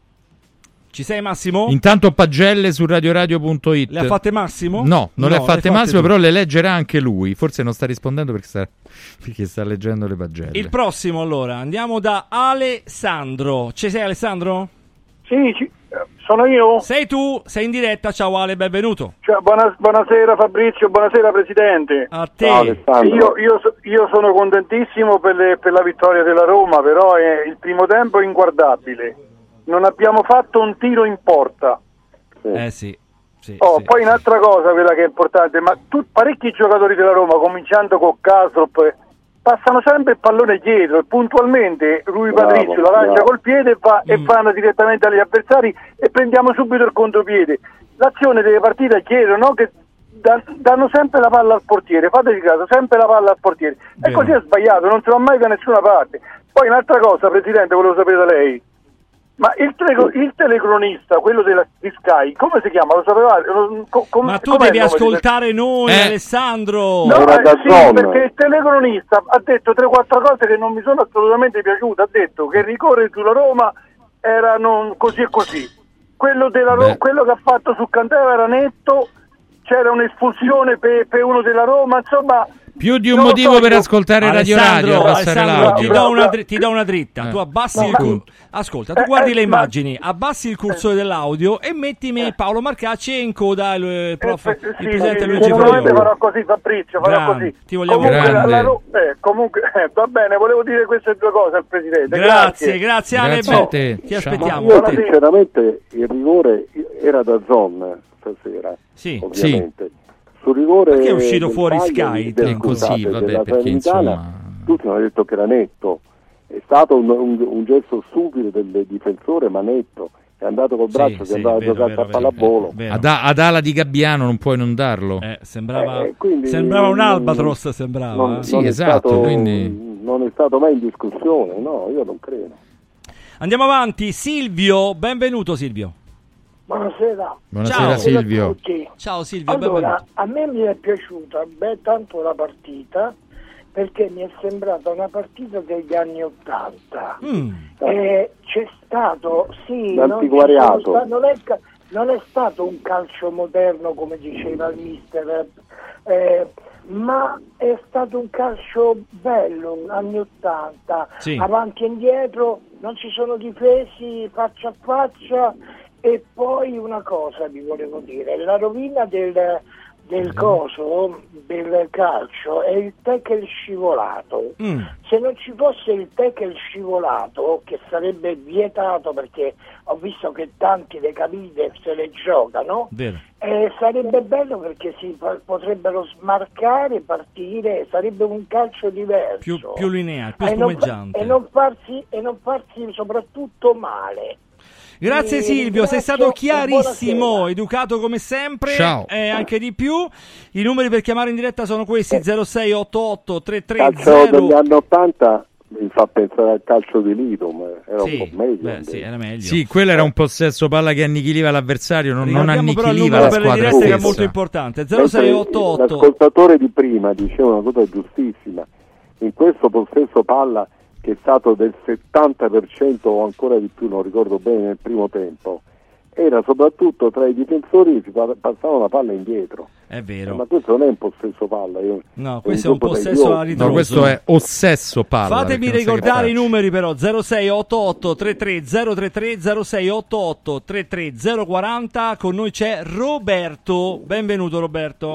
Ci sei Massimo? Intanto pagelle su radioradio punto it. Le ha fatte Massimo? No, non No, le ha fatte le Massimo, tu. però le leggerà anche lui. Forse non sta rispondendo perché sta, perché sta leggendo le pagelle. Il prossimo allora, andiamo da Alessandro. Ci sei Alessandro? Sì, ci- sono io. Sei tu, sei in diretta. Ciao Ale, benvenuto. Cioè, buona- buonasera Fabrizio, buonasera Presidente. A te. Ciao, Alessandro. Io, io so- io sono contentissimo per, le- per la vittoria della Roma, però è il primo tempo è inguardabile. Non abbiamo fatto un tiro in porta. Eh sì. sì Oh, sì. poi un'altra cosa, quella che è importante, ma tu, parecchi giocatori della Roma, cominciando con Kastrop, passano sempre il pallone dietro e puntualmente Rui Bravo, Patrizio la lancia bravo. col piede e, va, Mm. e vanno direttamente agli avversari e prendiamo subito il contropiede. L'azione deve partire dietro, no? Che da- danno sempre la palla al portiere, fateci caso, sempre la palla al portiere. E Vero. così è sbagliato, non si va mai da nessuna parte. Poi un'altra cosa, Presidente, volevo sapere da lei. Ma il, tele- il telecronista, quello della, di Sky, come si chiama? Lo sapevate? Non- co- com- Ma tu com'è devi il nome di- ascoltare noi, Eh. Alessandro. No, Era eh, da sì, zona. perché il telecronista ha detto tre quattro cose che non mi sono assolutamente piaciute. Ha detto che il rigore sulla Roma era non così e così. Quello, della Ro- Beh. quello che ha fatto su Cantera era netto, c'era un'espulsione per, per uno della Roma, insomma... Più di un non lo motivo so, per io- ascoltare Radio Alessandro, Radio, abbassare Alessandro, ti, l'audio. do una, dri- ti do una dritta. Eh. Tu abbassi No, il ma- cur- Ascolta, tu Eh, guardi eh, le ma- immagini, abbassi il cursore dell'audio e mettimi Paolo Marcacci e in coda il, eh, prof, Eh, sì, il presidente sì, Luigi sicuramente Farioli. farò così, Fabrizio, farò Grande, così. ti vogliamo comunque, bene. la- la Ro- eh, comunque eh, va bene, volevo dire queste due cose al Presidente. Grazie, grazie Ale. Grazie a Beh, te. Ti Ciao. aspettiamo. Io a te. sinceramente il rigore era da zone stasera, Sì. ovviamente. Sul rigore Perché è uscito del fuori Cagliari, Sky? del- È così, scusate, vabbè, della perché, Salernitana, insomma- tutti hanno detto che era netto. È stato un, un, un gesto stupido del difensore, ma netto. È andato col braccio, Sì, si sì, andava vero, a giocare vero, a pallavolo. vero. Ad, ad ala di Gabbiano non puoi non darlo. Eh, sembrava, Eh, quindi- sembrava un albatros, sembrava. Non, eh. Sì, non è esatto, stato, quindi- non è stato mai in discussione, no, io non credo. Andiamo avanti, Silvio, benvenuto Silvio. Buonasera. Buonasera Ciao. Silvio. a tutti. Ciao Silvio, Allora, benvenuto. a me mi è piaciuta beh, tanto la partita perché mi è sembrata una partita degli anni Ottanta. Mm. Eh, c'è stato, sì, non, ci L'antiquariato. sono sta- non, è, ca- non è stato un calcio moderno come diceva il mister, eh, ma è stato un calcio bello, anni Ottanta, Sì. avanti e indietro, non ci sono difesi faccia a faccia. E poi una cosa vi volevo dire, la rovina del, del coso, del calcio, è il tackle scivolato. Mm. Se non ci fosse il tackle scivolato, che sarebbe vietato perché ho visto che tanti dei capite se le giocano, Vero. eh, sarebbe bello perché si po- potrebbero smarcare, partire, sarebbe un calcio diverso. Più, più lineare, più e non, spumeggiante. e non farsi e non farsi soprattutto male. Grazie Vi Silvio, sei ringrazio stato e chiarissimo, buonasera. educato come sempre, Ciao. e anche di più. I numeri per chiamare in diretta sono questi: zero sei otto otto tre tre calcio zero. degli anni ottanta mi fa pensare al calcio di Lido, ma era Sì, un po' meglio. beh, sì, era meglio. Sì, quello era un possesso palla che annichiliva l'avversario, non, non Ricordiamo però il annichiliva numero la per le squadra dirette che è stessa. molto importante. zero Mentre sei otto otto. l'ascoltatore di prima diceva una cosa giustissima, in questo possesso palla che è stato del settanta per cento o ancora di più, non ricordo bene, nel primo tempo, era soprattutto tra i difensori che si pa- passavano la palla indietro. È vero. Ma questo non è un possesso palla. Io, No, questo è un gruppo possesso degli a ritroso. No, questo è ossesso palla. Fatemi perché non sai che ricordare i faccio. numeri però: zero sei otto otto tre tre zero tre tre zero sei otto otto tre tre zero quattro zero. Con noi c'è Roberto. Benvenuto Roberto.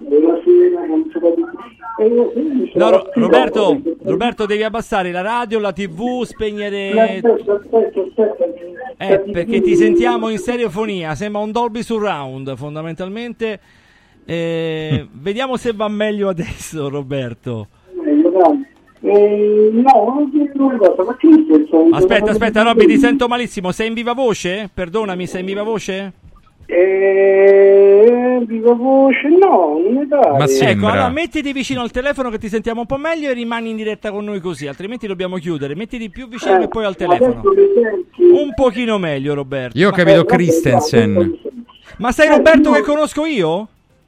No, Ro- Roberto, Roberto devi abbassare la radio, la tivù, spegnere. Eh, perché ti sentiamo in stereofonia, sembra un Dolby Surround fondamentalmente. Eh, vediamo se va meglio adesso Roberto. Eh, no, non ti dico una cosa, ma che senso? Aspetta, aspetta, Robby, ti sento malissimo. Sei in viva voce? Perdonami, sei in viva voce? Eh, viva voce, no, non mi pare. Ma sembra. Ecco, allora mettiti vicino al telefono che ti sentiamo un po' meglio e rimani in diretta con noi così, altrimenti dobbiamo chiudere. Mettiti più vicino Eh, e poi al telefono. adesso mi senti? Un pochino meglio, Roberto. Io ho Ma- capito Eh, vabbè, Christensen. vabbè, Ma sei Eh, Roberto io- che conosco io?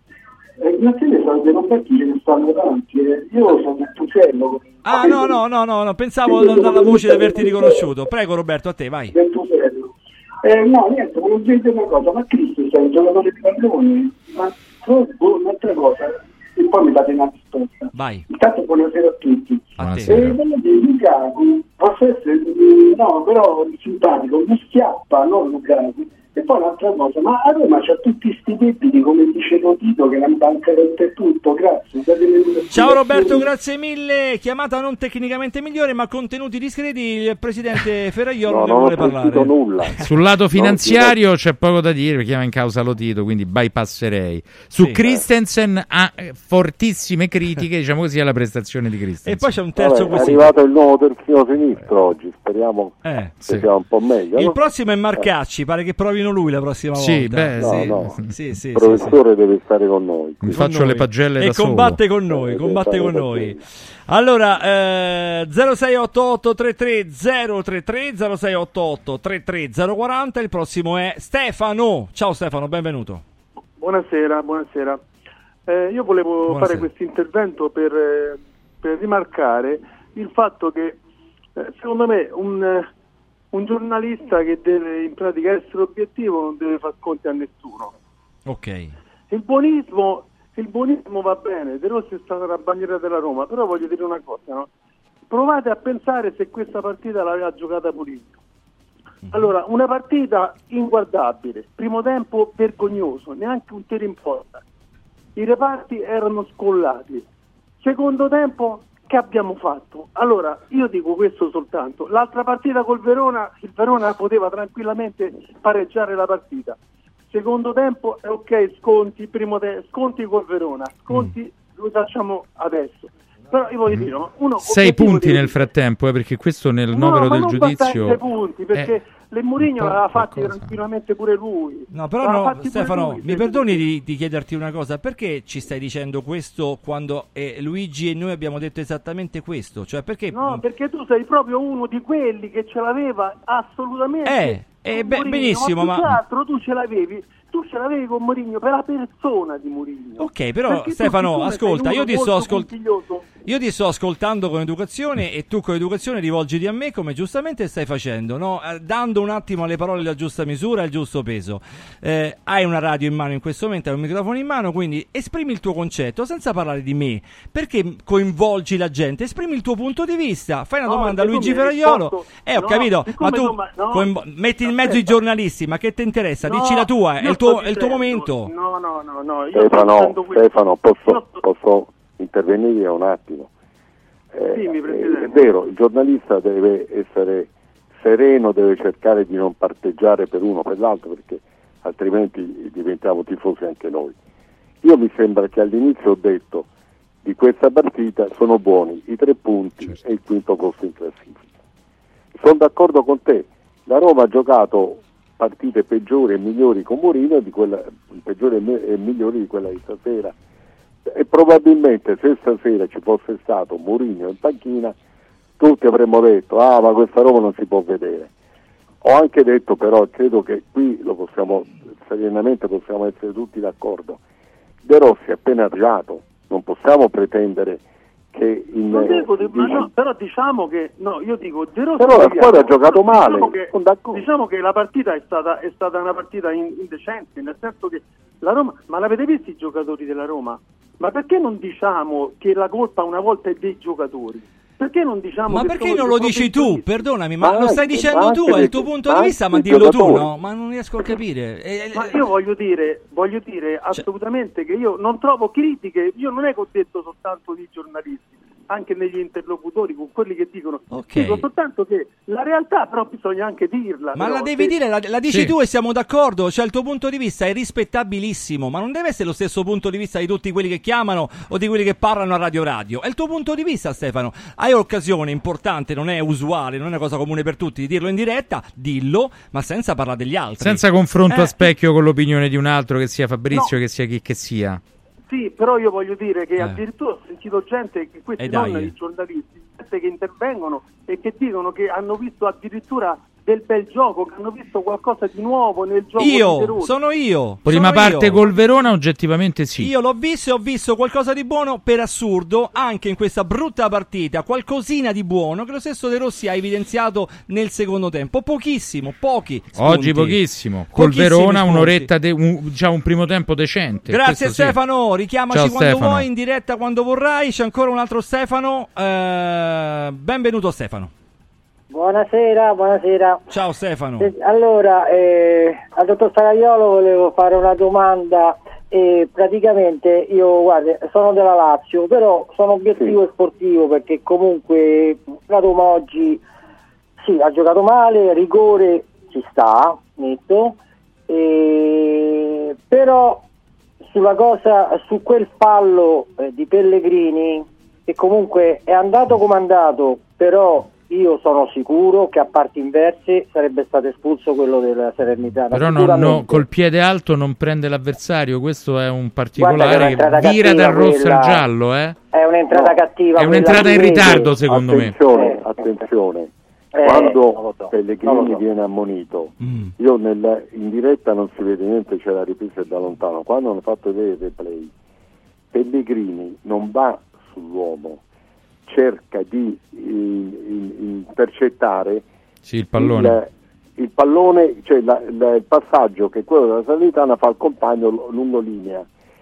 Eh, grazie a te sono dei Roberti che ne stanno tanti, eh. Io sono il Tusello. Ah, no, no, no, no, no, pensavo da- dalla voce di averti riconosciuto. Prego, Roberto, a te, vai. Del Tusello. Eh, no, niente, volevo dire una cosa, ma Cristo sei un giocatore di pallone, ma oh, boh, un'altra cosa, e poi mi date una risposta. Vai. Intanto buonasera a tutti. A te. Eh, voglio dire, Lukaku posso essere, mm, no, però simpatico, mi schiappa, non Lukaku. E poi un'altra cosa, ma a Roma c'ha tutti sti debiti, come dice Tito, che la bancarotta e tutto, grazie. datemi- Ciao Roberto, grazie mille. Chiamata non tecnicamente migliore, ma contenuti discreti. Il presidente Ferraiolo No, ne non vuole ho sentito parlare. nulla. Sul lato Non finanziario c'è poco da dire perché va in causa Lotito, quindi bypasserei. Su Sì. Christensen ha eh, fortissime critiche, diciamo così, alla prestazione di Christensen. E poi c'è un Vabbè, terzo è quesito. arrivato il nuovo terzino sinistro oggi, speriamo Eh, che sì. sia un po' meglio. Il no? prossimo è Marcacci, pare che provino lui la prossima Sì, volta. beh, No, sì. no. Sì, sì, Il sì, professore deve stare con noi. Mi quindi. faccio noi. le pagelle e da solo. combatte con noi, Eh, combatte deve con fare noi. pagelle. Allora, eh, zero sei otto otto tre tre zero tre tre zero sei otto otto tre tre zero quattro zero, il prossimo è Stefano. Ciao Stefano, benvenuto. Buonasera, buonasera. Eh, io volevo Buonasera. fare questo intervento per, eh, per rimarcare il fatto che eh, secondo me un, eh, un giornalista che deve in pratica essere obiettivo non deve far conti a nessuno. Ok. Il buonismo, il buonismo va bene, De Rossi è stata la bandiera della Roma, però voglio dire una cosa, no? Provate a pensare se questa partita l'aveva giocata Mourinho. Allora, una partita inguardabile, primo tempo vergognoso, neanche un tiro in porta. I reparti erano scollati. Secondo tempo, che abbiamo fatto? Allora, io dico questo soltanto. L'altra partita col Verona, il Verona poteva tranquillamente pareggiare la partita. Secondo tempo, è ok, sconti, primo te- sconti col Verona, sconti Mm. lo facciamo adesso. Però io voglio dire, no, uno Sei obiettivo punti deve- nel frattempo, eh, perché questo nel No, novero ma del non giudizio. basta punti, perché Eh, le Mourinho un po' l'aveva fatti qualcosa. tranquillamente pure lui. No, però L'aveva no, fatti pure Stefano, lui, mi sì. perdoni di, di chiederti una cosa, perché ci stai dicendo questo quando eh, Luigi e noi abbiamo detto esattamente questo? Cioè perché... No, perché tu sei proprio uno di quelli che ce l'aveva assolutamente. Eh, eh, con beh, Mourinho, benissimo, più ma- che altro tu ce l'avevi, tu ce l'avevi con Mourinho per la persona di Mourinho. Ok, però Perché tu, Stefano, siccome ascolta, sei io uno ti sto molto ascolt- puntiglioso, Io ti sto ascoltando con educazione e tu con educazione rivolgiti a me come giustamente stai facendo, no? Eh, dando un attimo alle parole la giusta misura e il giusto peso. Eh, hai una radio in mano in questo momento, hai un microfono in mano, quindi esprimi il tuo concetto senza parlare di me. Perché coinvolgi la gente? Esprimi il tuo punto di vista. Fai una No, domanda a perché tu Luigi mi hai Ferraiolo. risposto- Eh, ho no, capito, ma siccome tu tu ma- no, coinvo- metti in mezzo i aspetta. giornalisti, ma che ti interessa? No, Dici la tua, è io il tuo, sto è il tuo dicendo- momento. No, no, no, no, io sto Stefano, dicendo questo. Stefano, posso, Io sto- posso intervenire un attimo? Eh, Dimmi, eh, Presidente. è vero, il giornalista deve essere sereno, deve cercare di non parteggiare per uno o per l'altro, perché altrimenti diventiamo tifosi anche noi. Io mi sembra che all'inizio ho detto di questa partita sono buoni i tre punti e il quinto posto in classifica. Sono d'accordo con te, la Roma ha giocato partite peggiori e migliori con Mourinho, di quella peggiori e me- e migliori di quella di stasera. E probabilmente se stasera ci fosse stato Mourinho in panchina tutti avremmo detto ah ma questa Roma non si può vedere. Ho anche detto però, credo che qui lo possiamo serenamente possiamo essere tutti d'accordo, De Rossi è appena arrivato, non possiamo pretendere che in Non devo, eh, ma dici- no, però diciamo che no, io dico De Rossi Però la vediamo, squadra ha giocato però male, diciamo che, sono d'accordo. diciamo che la partita è stata, è stata una partita in- indecente, nel senso che la Roma, ma l'avete visto i giocatori della Roma? Ma perché non diciamo che la colpa una volta è dei giocatori? Perché non diciamo Ma che perché sono non i lo dici tu? professionisti? Perdonami, ma, Ma lo stai anche- dicendo ma tu, anche è il tuo perché- punto ma di vista, ma anche i dillo tu, giocatori. no? Ma non riesco a capire. Eh, Ma io voglio dire, voglio dire assolutamente che io non trovo critiche, io non è che ho detto soltanto di giornalisti, anche negli interlocutori con quelli che dicono. Ok. Dico soltanto che la realtà però bisogna anche dirla. Ma però, la devi se- dire, la, la dici Sì. tu e siamo d'accordo, cioè il tuo punto di vista è rispettabilissimo, ma non deve essere lo stesso punto di vista di tutti quelli che chiamano o di quelli che parlano a Radio Radio. È il tuo punto di vista, Stefano. Hai occasione importante, non è usuale, non è una cosa comune per tutti di dirlo in diretta, dillo, ma senza parlare degli altri. Senza confronto Eh. a specchio con l'opinione di un altro, che sia Fabrizio, che sia chi che sia. Sì, però io voglio dire che Eh. addirittura ho sentito gente, che questi Eh, dai. non i giornalisti, gente che intervengono e che dicono che hanno visto addirittura del bel gioco, che hanno visto qualcosa di nuovo nel gioco di De Io, Rossi. sono io. Prima sono parte io. col Verona, oggettivamente sì. Io l'ho visto e ho visto qualcosa di buono, per assurdo, anche in questa brutta partita, qualcosina di buono che lo stesso De Rossi ha evidenziato nel secondo tempo. Pochissimo, pochi spunti. Oggi pochissimo. Col Pochissimi Verona spunti. un'oretta, de- un, diciamo un primo tempo decente. Grazie Questo sì. Stefano, richiamaci Ciao, quando Stefano. vuoi, in diretta quando vorrai. C'è ancora un altro Stefano. Eh, benvenuto Stefano. Buonasera, buonasera. Ciao Stefano. Eh, Allora, eh, al dottor Saraiolo volevo fare una domanda. Eh, praticamente io, guarda, sono della Lazio, però sono obiettivo e sportivo, perché comunque la Roma oggi sì, ha giocato male, rigore ci sta, netto, eh, però sulla cosa, su quel fallo eh, di Pellegrini, che comunque è andato come è andato, però io sono sicuro che a parti inverse sarebbe stato espulso quello della Salernitana. Però non, Sicuramente. no, col piede alto non prende l'avversario, questo è un Guarda che è particolare un'entrata che vira cattiva dal rosso quella. al giallo, eh? È un'entrata cattiva. È un'entrata quella in di ritardo, Rete. secondo attenzione, Eh. attenzione. Eh, non Quando lo so, non lo Pellegrini so. viene ammonito, io nel, in diretta non si vede niente, c'è la ripresa da lontano. Quando hanno fatto vedere il replay, Pellegrini non va sull'uomo, cerca di in- in- intercettare Sì, il pallone. il, il pallone, cioè la- la- il passaggio che quello della Salernitana fa al compagno l- lungo linea.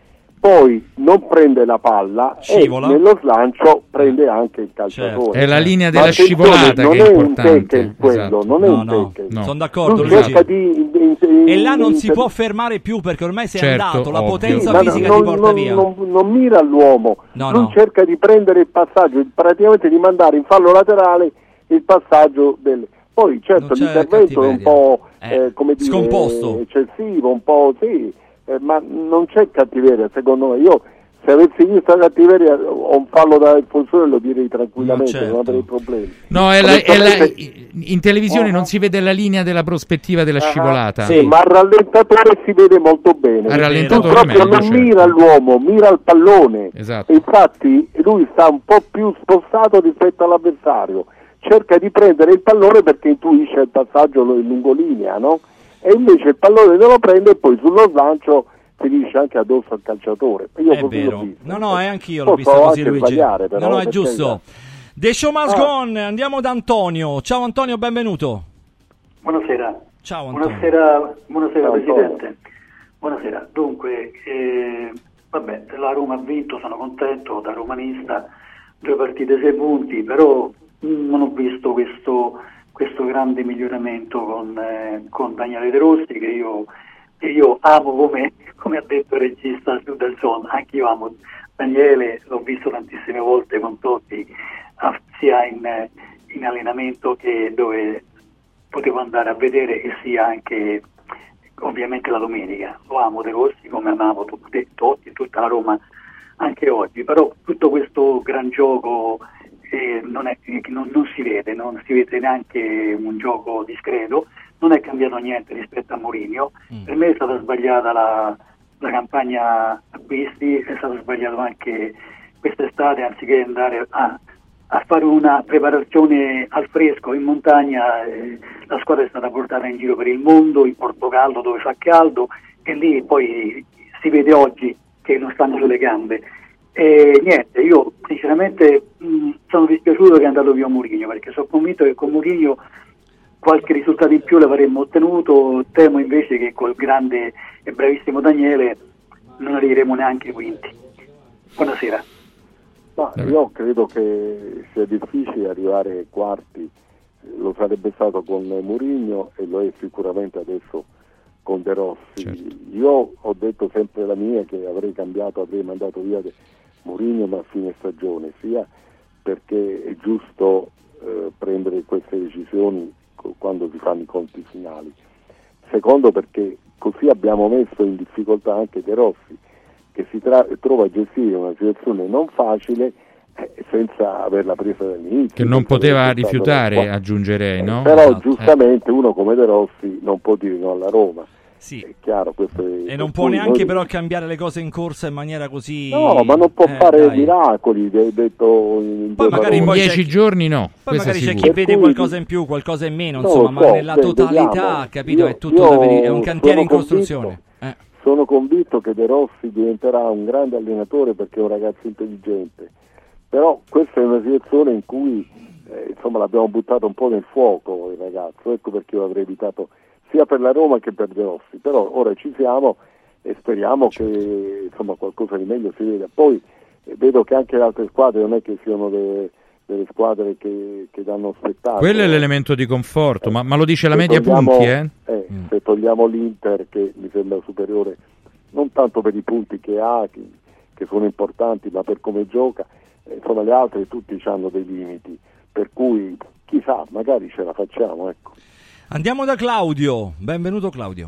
Poi non prende la palla Scivola. e nello slancio prende anche il calciatore. È la linea Ma della attenzione, scivolata non che è un importante. tackle quello, Esatto. non è No, un no, tackle. no. sono d'accordo Lui Luigi. cerca di- in- in- E là non si in- può fermare più, perché ormai sei Certo, andato, la ovvio. potenza ma fisica non, ti porta non- via. non- non mira all'uomo, No, lui no. cerca di prendere il passaggio, praticamente di mandare in fallo laterale il passaggio del... Poi certo Non c'è l'intervento è un cattiveria. po' Eh, eh, come dire, scomposto. eccessivo, un po' sì, eh, ma non c'è cattiveria secondo me. Io se avessi visto la cattiveria o un fallo da espulsione lo direi tranquillamente, Ma certo. non avrei problemi. No, è la- è la- Onestamente- in televisione non si vede la linea della prospettiva della Ah, scivolata. sì, ma al rallentatore si vede molto bene. Al rallentatore Lui proprio meglio, non certo. mira all'uomo, mira al pallone. Esatto. E infatti lui sta un po' più spostato rispetto all'avversario. Cerca di prendere il pallone perché intuisce il passaggio in lungolinea, no? E invece il pallone non lo prende e poi sullo slancio finisce anche addosso al calciatore. Io È così l'ho vero. visto. No, no, è anch'io l'ho Posso vista così, anche Luigi. sbagliare, però, no, no, è per giusto. The show must Ah. go on. Andiamo da Antonio. Ciao Antonio, benvenuto. Buonasera. Ciao Antonio. Buonasera, buonasera Ciao, Presidente. Buonasera. Dunque, eh, vabbè, la Roma ha vinto, sono contento da romanista, due partite, sei punti, però mh, non ho visto questo, questo grande miglioramento con, eh, con Daniele De Rossi, che io, che io amo, come, come ha detto il regista su Del Son, anche io amo Daniele, l'ho visto tantissime volte con Totti, ah, sia in, in allenamento che dove potevo andare a vedere, e sia anche ovviamente la domenica. Lo amo De Rossi come amavo tutti, Totti e tutta la Roma anche oggi, però tutto questo gran gioco eh, non, è, non, non si vede, non si vede neanche un gioco discreto, non è cambiato niente rispetto a Mourinho. Mm. Per me è stata sbagliata la, la campagna acquisti, è stato sbagliato anche quest'estate, anziché andare a a fare una preparazione al fresco in montagna, eh, la squadra è stata portata in giro per il mondo, in Portogallo dove fa caldo, e lì poi si vede oggi che non stanno sulle gambe. E niente, io sinceramente mh, sono dispiaciuto che è andato via Mourinho, perché sono convinto che con Mourinho qualche risultato in più l'avremmo ottenuto. Temo invece che col grande e bravissimo Daniele non arriveremo neanche ai quinti. Buonasera. Ma io credo che sia difficile arrivare ai quarti, lo sarebbe stato con Mourinho e lo è sicuramente adesso con De Rossi. Certo. Io ho detto sempre la mia, che avrei cambiato, avrei mandato via De- Mourinho ma a fine stagione, sia perché è giusto eh, prendere queste decisioni co- quando si fanno i conti finali. Secondo, perché così abbiamo messo in difficoltà anche De Rossi, che si tra- trova a gestire una situazione non facile eh, senza averla presa dall'inizio. Che non poteva aver portato rifiutare, qua. aggiungerei, no? Però Esatto. giustamente uno come De Rossi non può dire no alla Roma. Sì. È chiaro, questo è, E non per può cui neanche noi- però cambiare le cose in corsa in maniera così... No, ma non può Eh, fare dai. miracoli, de- detto in Poi due magari In poi c'è dieci chi- giorni no. Poi questo è magari c'è chi sicuro. vede qualcosa in più, qualcosa in meno, Non insomma, lo ma so, nella beh, totalità, vediamo. capito, Io- è tutto io da veri- è un cantiere in sono costruzione. convinto- Eh. Sono convinto che De Rossi diventerà un grande allenatore perché è un ragazzo intelligente, però questa è una situazione in cui eh, insomma l'abbiamo buttato un po' nel fuoco il ragazzo, ecco perché io avrei evitato sia per la Roma che per De Rossi, però ora ci siamo e speriamo che insomma qualcosa di meglio si veda. Poi eh, vedo che anche le altre squadre non è che siano de- delle squadre che, che danno spettacolo. Quello è l'elemento di conforto, ma, ma lo dice la Se media togliamo- punti, eh? eh, Se togliamo l'Inter, che mi sembra superiore non tanto per i punti che ha, che, che sono importanti, ma per come gioca, eh, insomma le altre tutti hanno dei limiti, per cui chissà, magari ce la facciamo, ecco. Andiamo da Claudio, benvenuto Claudio.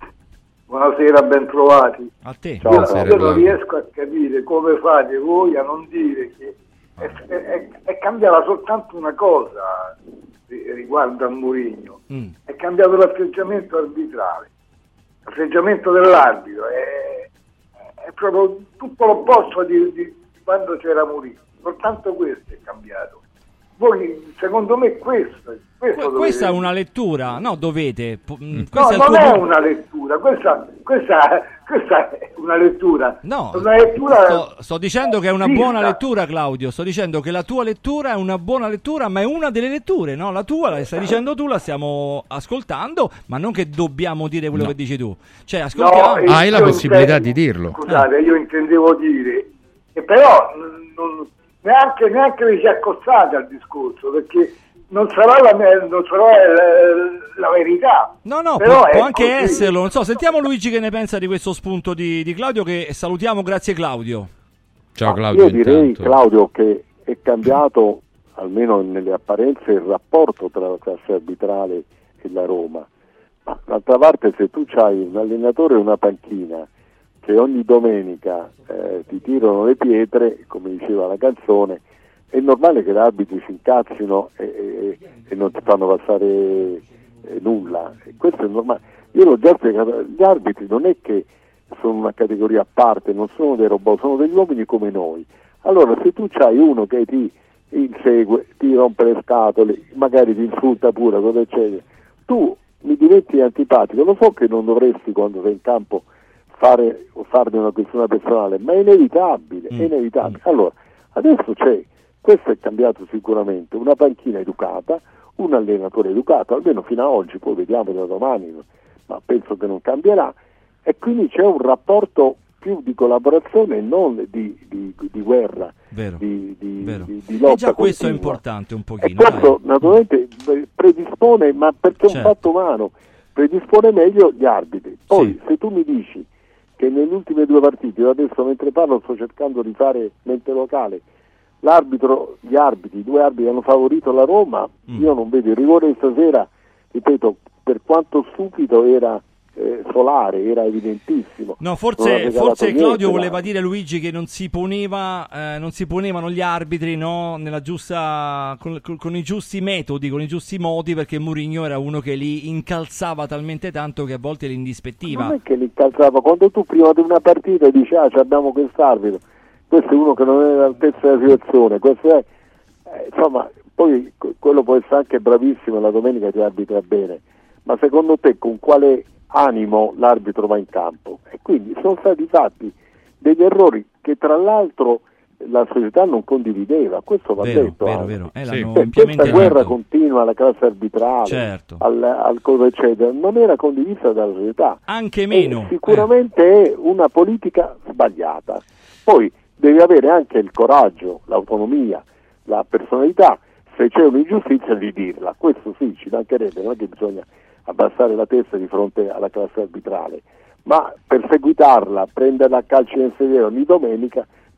Buonasera, ben trovati. A te. Io, io non riesco a capire come fate voi a non dire che è, è, è cambiata soltanto una cosa riguardo a Mourinho, Mm. è cambiato l'atteggiamento arbitrale, l'atteggiamento dell'arbitro, è, è proprio tutto l'opposto di, di quando c'era Mourinho, soltanto questo è cambiato. Voi, secondo me, questo, questo Que- questa è dovete- una lettura, no, dovete. po- mm, No, questo è il non tuo è punto- una lettura, questa, questa, questa è una lettura. No, È una lettura sto, sto dicendo che è una vista. buona lettura, Claudio. Sto dicendo che la tua lettura è una buona lettura, ma è una delle letture, no? La tua la stai dicendo tu, la stiamo ascoltando, ma non che dobbiamo dire quello No. che dici tu. Cioè, ascoltiamo. No, Hai la io possibilità intendo- di dirlo. Scusate, io intendevo dire che però n- non- neanche, neanche vi si accostate al discorso, perché non sarà la, me- non sarà la, la verità. No, no, Però può, è può anche così. esserlo. Non so, sentiamo Luigi che ne pensa di questo spunto di, di Claudio, che salutiamo. Grazie Claudio. Ciao Claudio. Io direi, intanto. Claudio, che è cambiato, almeno nelle apparenze, il rapporto tra la classe arbitrale e la Roma. Ma d'altra parte, se tu hai un allenatore e una panchina che ogni domenica eh, ti tirano le pietre, come diceva la canzone, è normale che gli arbitri si incazzino e, e- e non ti fanno passare eh, nulla. E questo è normale. Io l'ho già spiegato, gli arbitri non è che sono una categoria a parte, non sono dei robot, sono degli uomini come noi. Allora, se tu c'hai uno che ti insegue, ti rompe le scatole, magari ti insulta pure, cosa eccetera, tu mi diventi antipatico. Lo so che non dovresti, quando sei in campo, fare o farne una questione personale, ma è inevitabile, è inevitabile. Allora, adesso c'è, questo è cambiato sicuramente, una panchina educata, un allenatore educato, almeno fino a oggi, poi vediamo da domani, ma penso che non cambierà, e quindi c'è un rapporto più di collaborazione e non di, di, di guerra, Vero, di, di, vero. di, di lotta E già questo è continua. importante un E pochino. questo dai. naturalmente beh, predispone, ma perché è un Certo. fatto umano, predispone meglio gli arbitri. Poi se tu mi dici che nelle ultime due partite, io adesso mentre parlo sto cercando di fare mente locale, l'arbitro, gli arbitri, i due arbitri hanno favorito la Roma, Mm. io non vedo il rigore di stasera, ripeto, per quanto stupido era eh, solare, era evidentissimo. No, Non ha forse, regalato forse niente, Claudio ma- voleva dire, Luigi, che non si poneva, eh, non si ponevano gli arbitri, no, nella giusta, con, con- con i giusti metodi, con i giusti modi, perché Mourinho era uno che li incalzava talmente tanto che a volte li indispettiva. Non è che li calzava, quando tu prima di una partita dici ah abbiamo quest'arbitro, questo è uno che non è all'altezza della situazione, questo è, eh, insomma, poi que- quello può essere anche bravissimo e la domenica ti arbitra bene, ma secondo te con quale animo l'arbitro va in campo? E quindi sono stati fatti degli errori che tra l'altro la società non condivideva, questo va Vero, detto. vero, anche. vero. Eh, Sì. l'hanno Cioè, ampiamente questa guerra detto. continua alla classe arbitrale, Certo. al, al cosa eccetera, non era condivisa dalla società. Anche meno. E sicuramente è una politica sbagliata. Poi devi avere anche il coraggio, l'autonomia, la personalità, se c'è un'ingiustizia di dirla. Questo sì, ci mancherebbe, non è che bisogna abbassare la testa di fronte alla classe arbitrale, ma perseguitarla, prenderla a calci nel sedere ogni domenica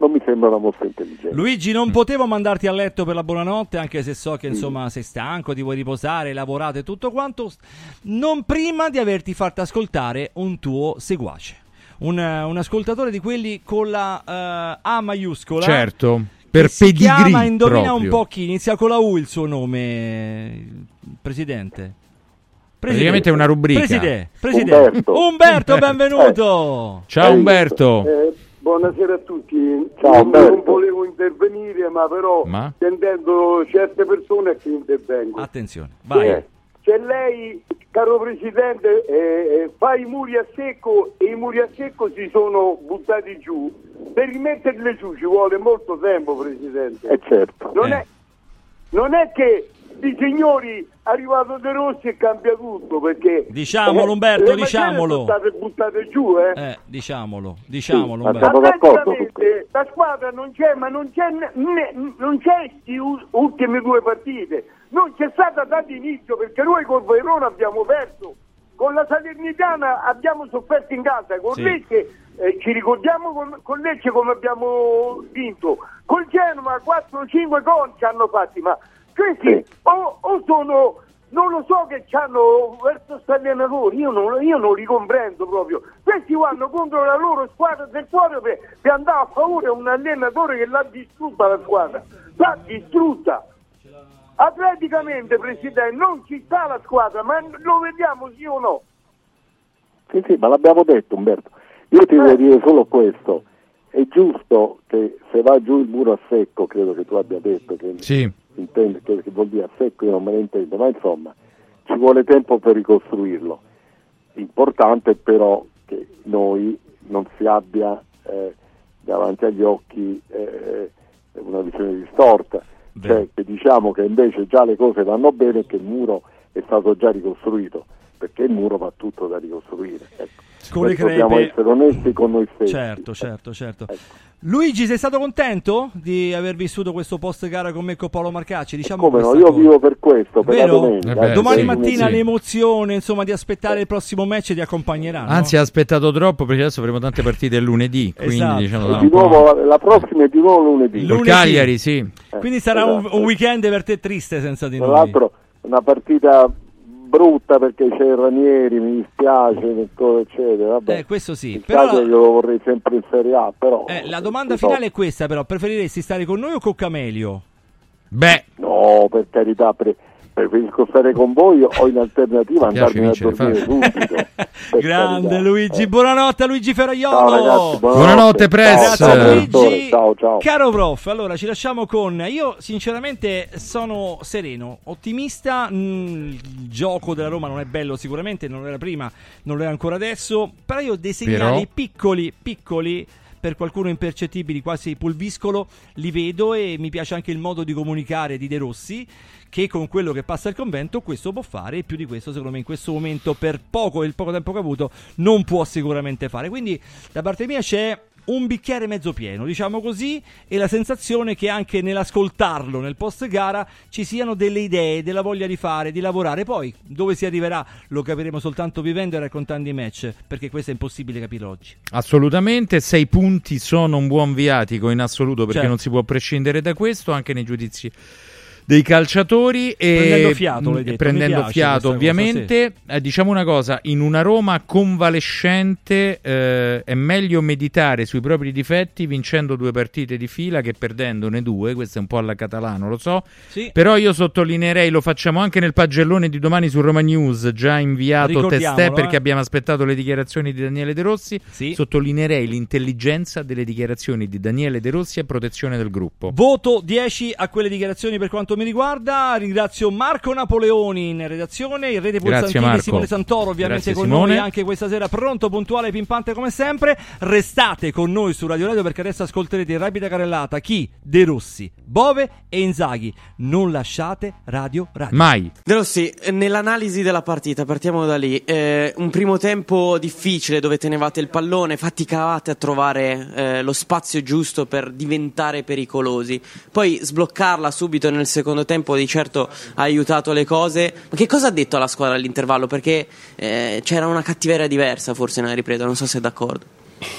non mi sembra una mossa intelligente. Luigi, non potevo mandarti a letto per la buonanotte, anche se so che insomma sei stanco, ti vuoi riposare, hai lavorato e tutto quanto, non prima di averti fatto ascoltare un tuo seguace, un, un ascoltatore di quelli con la uh, A maiuscola. Certo, per si pedigree chiama, indovina proprio. un po' chi, inizia con la U il suo nome, Presidente. Praticamente è una rubrica. Preside, Presidente. Umberto, Umberto benvenuto. Ciao Umberto. Eh, buonasera a tutti. Ciao, non, Umberto. non volevo intervenire, ma però Ma? sentendo certe persone a che intervengo. Attenzione, vai. Eh, se lei, caro Presidente, eh, eh, fa i muri a secco e i muri a secco si sono buttati giù, per rimetterli giù ci vuole molto tempo, Presidente. Eh certo. Non, Eh. è, non è che i signori arrivato De Rossi e cambia tutto, perché Diciamolo, eh, Umberto, le macerie diciamolo. sono state buttate giù, eh. Eh, diciamolo, diciamolo Sì, Umberto. siamo d'accordo su Praticamente la squadra non c'è, ma non c'è ne- ne- non c'è queste ultime due partite, non c'è stata dall'inizio, perché noi col Verona abbiamo perso, con la Salernitana abbiamo sofferto in casa, con Sì. Lecce eh, ci ricordiamo con, con Lecce come abbiamo vinto, col Genova quattro cinque gol ci hanno fatti, ma questi Sì. o, o sono, non lo so che c'hanno verso questi allenatori, io non, io non li comprendo proprio. Questi vanno contro la loro squadra del cuore per, per andare a favore di un allenatore che l'ha distrutta la squadra, l'ha distrutta. Atleticamente, Presidente, non ci sta la squadra, ma lo vediamo sì o no? Sì, sì, ma l'abbiamo detto, Umberto. Io ti devo dire solo questo. È giusto che se va giù il muro a secco, credo che tu abbia detto che Sì. intende, che vuol dire a secco, io non me ne intendo, ma insomma ci vuole tempo per ricostruirlo. Importante però che noi non si abbia eh, davanti agli occhi eh, una visione distorta, cioè che diciamo che invece già le cose vanno bene e che il muro è stato già ricostruito, perché il muro va tutto da ricostruire. Ecco. Con le Dobbiamo crepe. essere onesti con noi stessi. Certo, certo, certo. Ecco. Luigi, sei stato contento di aver vissuto questo post gara con me e con Paolo Marcacci? Diciamo Come no, questa io cosa. vivo per questo, per Vero? la domenica. Eh beh, Domani sì, mattina sì. l'emozione, insomma, di aspettare il prossimo match ti accompagneranno. Anzi, ha aspettato troppo perché adesso avremo tante partite il lunedì. Quindi, Esatto. diciamo, E da di un po'. nuovo, la prossima è di nuovo lunedì. Col lunedì. Cagliari, sì. Quindi sarà un, esatto. un weekend per te triste senza di Tra noi. l'altro una partita brutta perché c'è il Ranieri, mi dispiace, eccetera. Vabbè. Eh, questo sì. Il Però Cagliari io lo vorrei sempre in Serie A, però... eh, la domanda si finale è questa, però. Preferiresti stare con noi o con Camelio? Beh, No, per carità, pre- preferisco stare con voi o in alternativa Ti piace andarmene a vincere dormire subito. Per Grande carità. Luigi, Eh. buonanotte a Luigi Ferraiolo. Ciao ragazzi, Buonanotte, Press. Ciao, Grazie direttore. Luigi. Ciao, ciao. Caro prof, allora ci lasciamo con... Io sinceramente sono sereno, ottimista, mm, il gioco della Roma non è bello sicuramente, non lo era prima, non lo è ancora adesso, però io ho dei segnali Però- piccoli, piccoli, per qualcuno impercettibili, quasi pulviscolo, li vedo e mi piace anche il modo di comunicare di De Rossi, che con quello che passa al convento questo può fare e più di questo secondo me in questo momento per poco, il poco tempo che ha avuto, non può sicuramente fare. Quindi da parte mia c'è un bicchiere mezzo pieno, diciamo così, e la sensazione che anche nell'ascoltarlo nel post gara ci siano delle idee, della voglia di fare, di lavorare. Poi dove si arriverà lo capiremo soltanto vivendo e raccontando i match, perché questo è impossibile capirlo oggi. assolutamente. Sei punti sono un buon viatico in assoluto, perché Certo. non si può prescindere da questo, anche nei giudizi dei calciatori. E Prendendo fiato, l'hai mh, detto, prendendo mi piace fiato questa ovviamente. Eh, diciamo una cosa, in una Roma convalescente eh, è meglio meditare sui propri difetti vincendo due partite di fila che perdendone due. Questo è un po' alla Catalano, lo so. Sì. Però io sottolineerei, lo facciamo anche nel pagellone di domani su Roma News, già inviato Ricordiamolo, testè, perché eh. abbiamo aspettato le dichiarazioni di Daniele De Rossi. Sì. Sottolineerei l'intelligenza delle dichiarazioni di Daniele De Rossi a protezione del gruppo. Voto dieci a quelle dichiarazioni per quanto mi riguarda. Ringrazio Marco Napoleoni in redazione, il Rete Grazie, Pulsantini, Marco. Simone Santoro ovviamente Grazie, con Simone. noi anche questa sera, pronto, puntuale, pimpante come sempre. Restate con noi su Radio Radio perché adesso ascolterete in rapida carrellata chi? De Rossi, Bove e Inzaghi. Non lasciate Radio Radio. Mai. De Rossi, nell'analisi della partita, partiamo da lì. Eh, un primo tempo difficile dove tenevate il pallone, faticavate a trovare eh, lo spazio giusto per diventare pericolosi. Poi sbloccarla subito nel secondo tempo di certo ha aiutato le cose. Ma che cosa ha detto alla squadra all'intervallo? Perché eh, c'era una cattiveria diversa forse nella ripresa, non so se è d'accordo.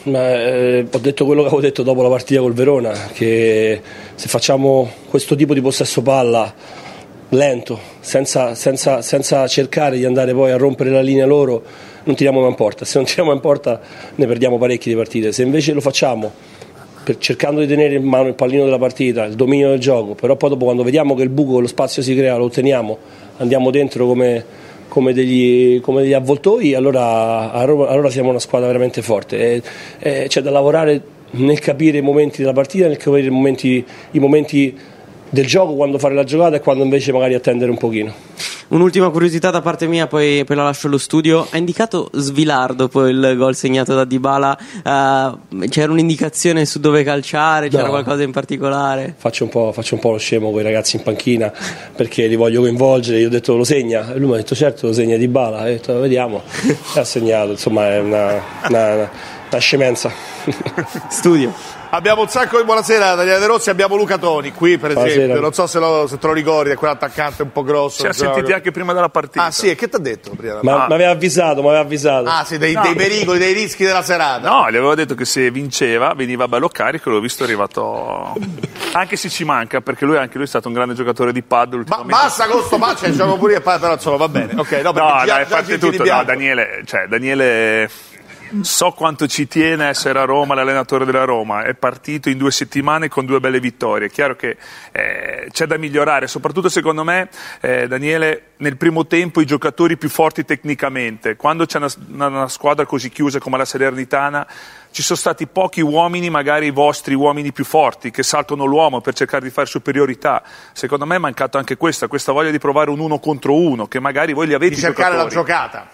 Ma, eh, ho detto quello che avevo detto dopo la partita col Verona, che se facciamo questo tipo di possesso palla lento, senza, senza, senza cercare di andare poi a rompere la linea loro, non tiriamo mai in porta. Se non tiriamo in porta ne perdiamo parecchie di partite. Se invece lo facciamo per, cercando di tenere in mano il pallino della partita, il dominio del gioco, però poi dopo quando vediamo che il buco, lo spazio si crea, lo otteniamo, andiamo dentro come, come, degli, come degli avvoltoi, allora, allora siamo una squadra veramente forte. E, e c'è da lavorare nel capire i momenti della partita, nel capire i momenti, i momenti del gioco, quando fare la giocata e quando invece magari attendere un pochino. Un'ultima curiosità da parte mia, poi, poi la lascio allo studio. Ha indicato Svilar dopo il gol segnato da Dybala, uh, c'era un'indicazione su dove calciare, c'era no. qualcosa in particolare? Faccio un po', faccio un po' lo scemo con i ragazzi in panchina perché li voglio coinvolgere. Io ho detto lo segna, e lui mi ha detto certo lo segna Dybala, e ho detto vediamo, e ha segnato, insomma è una, una, una, una scemenza. Studio. Abbiamo un sacco di buonasera Daniele De Rossi, abbiamo Luca Toni qui per esempio, buonasera. Non so se, lo, se te lo ricordi, è quell'attaccante un po' grosso. Ci ha sentiti anche prima della partita. Ah sì, e che ti ha detto prima? Ma mi aveva avvisato, mi aveva avvisato. Ah sì, dei, no. dei pericoli, dei rischi della serata. No, gli avevo detto che se vinceva veniva bello carico, l'ho visto arrivato, anche se ci manca, perché lui anche lui è stato un grande giocatore di paddle. Ma basta con sto match, diciamo pure io, però insomma va bene. Ok, no, no già, dai, già fate tutto, no, Daniele, cioè Daniele so quanto ci tiene a essere a Roma, l'allenatore della Roma, è partito in due settimane con due belle vittorie. È chiaro che eh, c'è da migliorare, soprattutto secondo me, eh, Daniele, nel primo tempo i giocatori più forti tecnicamente. Quando c'è una, una, una squadra così chiusa come la Salernitana, ci sono stati pochi uomini, magari i vostri uomini più forti, che saltano l'uomo per cercare di fare superiorità. Secondo me è mancato anche questa, questa voglia di provare un uno contro uno, che magari voi li avete di cercare giocatori. la giocata.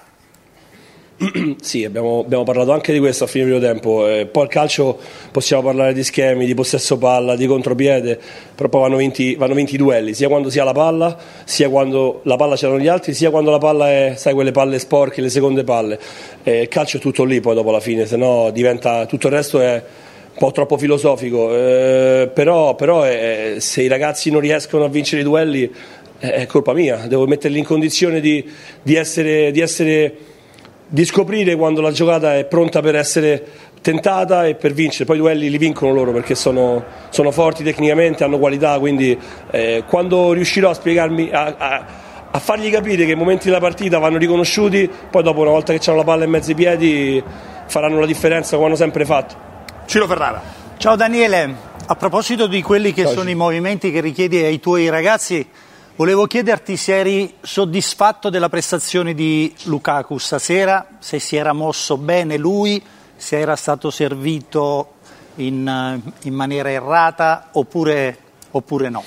Sì, abbiamo, abbiamo parlato anche di questo a fine primo tempo. Eh, poi al calcio possiamo parlare di schemi, di possesso palla, di contropiede, però poi vanno vinti, vanno vinti i duelli, sia quando si ha la palla, sia quando la palla c'erano gli altri, sia quando la palla è, sai, quelle palle sporche, le seconde palle. Eh, il calcio è tutto lì poi dopo alla fine, se no diventa, tutto il resto è un po' troppo filosofico. Eh, però però è, se i ragazzi non riescono a vincere i duelli è colpa mia, devo metterli in condizione di, di essere... Di essere di scoprire quando la giocata è pronta per essere tentata e per vincere. Poi i duelli li vincono loro perché sono, sono forti tecnicamente, hanno qualità, quindi eh, quando riuscirò a spiegarmi a, a, a fargli capire che i momenti della partita vanno riconosciuti, poi dopo una volta che hanno la palla in mezzo ai piedi faranno la differenza come hanno sempre fatto. Ciro Ferrara. Ciao Daniele, a proposito di quelli che Ciao. sono i movimenti che richiedi ai tuoi ragazzi, volevo chiederti se eri soddisfatto della prestazione di Lukaku stasera, se si era mosso bene lui, se era stato servito in, in maniera errata oppure, oppure no.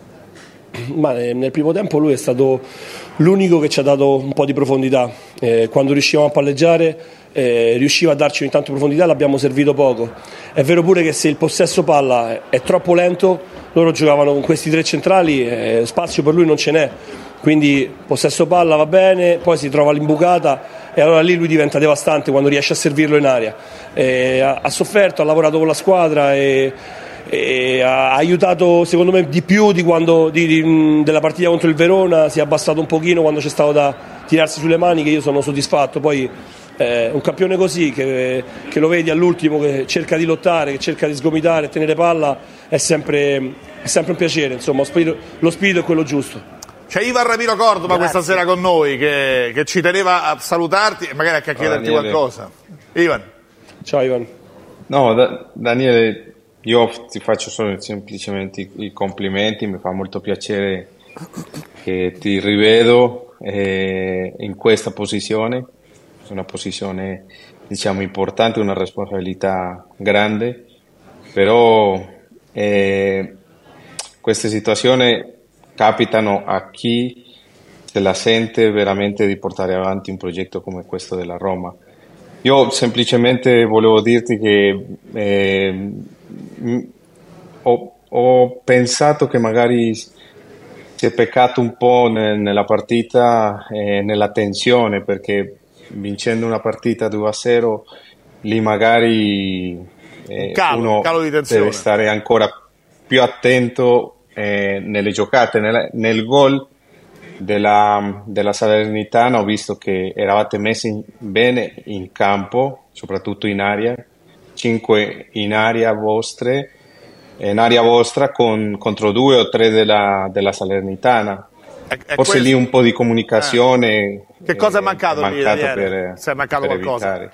Ma nel primo tempo lui è stato l'unico che ci ha dato un po' di profondità. Eh, quando riuscivamo a palleggiare eh, riusciva a darci ogni tanto profondità, l'abbiamo servito poco. È vero pure che se il possesso palla è troppo lento, loro giocavano con questi tre centrali, eh, spazio per lui non ce n'è, quindi possesso palla va bene, poi si trova l'imbucata e allora lì lui diventa devastante quando riesce a servirlo in aria. Eh, ha, ha sofferto, ha lavorato con la squadra e, e ha aiutato secondo me di più di quando di, di, della partita contro il Verona, si è abbassato un pochino quando c'è stato da tirarsi sulle mani, che io sono soddisfatto. Poi eh, un campione così che, che lo vedi all'ultimo che cerca di lottare, che cerca di sgomitare, tenere palla, è sempre, è sempre un piacere, insomma, lo spirito, lo spirito è quello giusto. C'è Ivan Ramiro Cordova Grazie. questa sera con noi che, che ci teneva a salutarti e magari anche a chiederti oh, qualcosa. Ivan. Ciao Ivan. No, da, Daniele, io ti faccio solo semplicemente i, i complimenti, mi fa molto piacere che ti rivedo eh, in questa posizione, una posizione diciamo importante, una responsabilità grande, però eh, queste situazioni capitano a chi se la sente veramente di portare avanti un progetto come questo della Roma. Io semplicemente volevo dirti che eh, ho, ho pensato che magari si è peccato un po' nel, nella partita e eh, nella tensione, perché vincendo una partita due a zero lì magari eh, calo, uno calo di deve stare ancora più attento eh, nelle giocate. Nel, nel gol della, della Salernitana ho visto che eravate messi in, bene in campo, soprattutto in aria, cinque in area vostre, in area vostra con, contro due o tre della, della Salernitana. È, è Forse questo... lì un po' di comunicazione. Eh. Che cosa è mancato, è lì, mancato per, se è mancato per qualcosa? Evitare.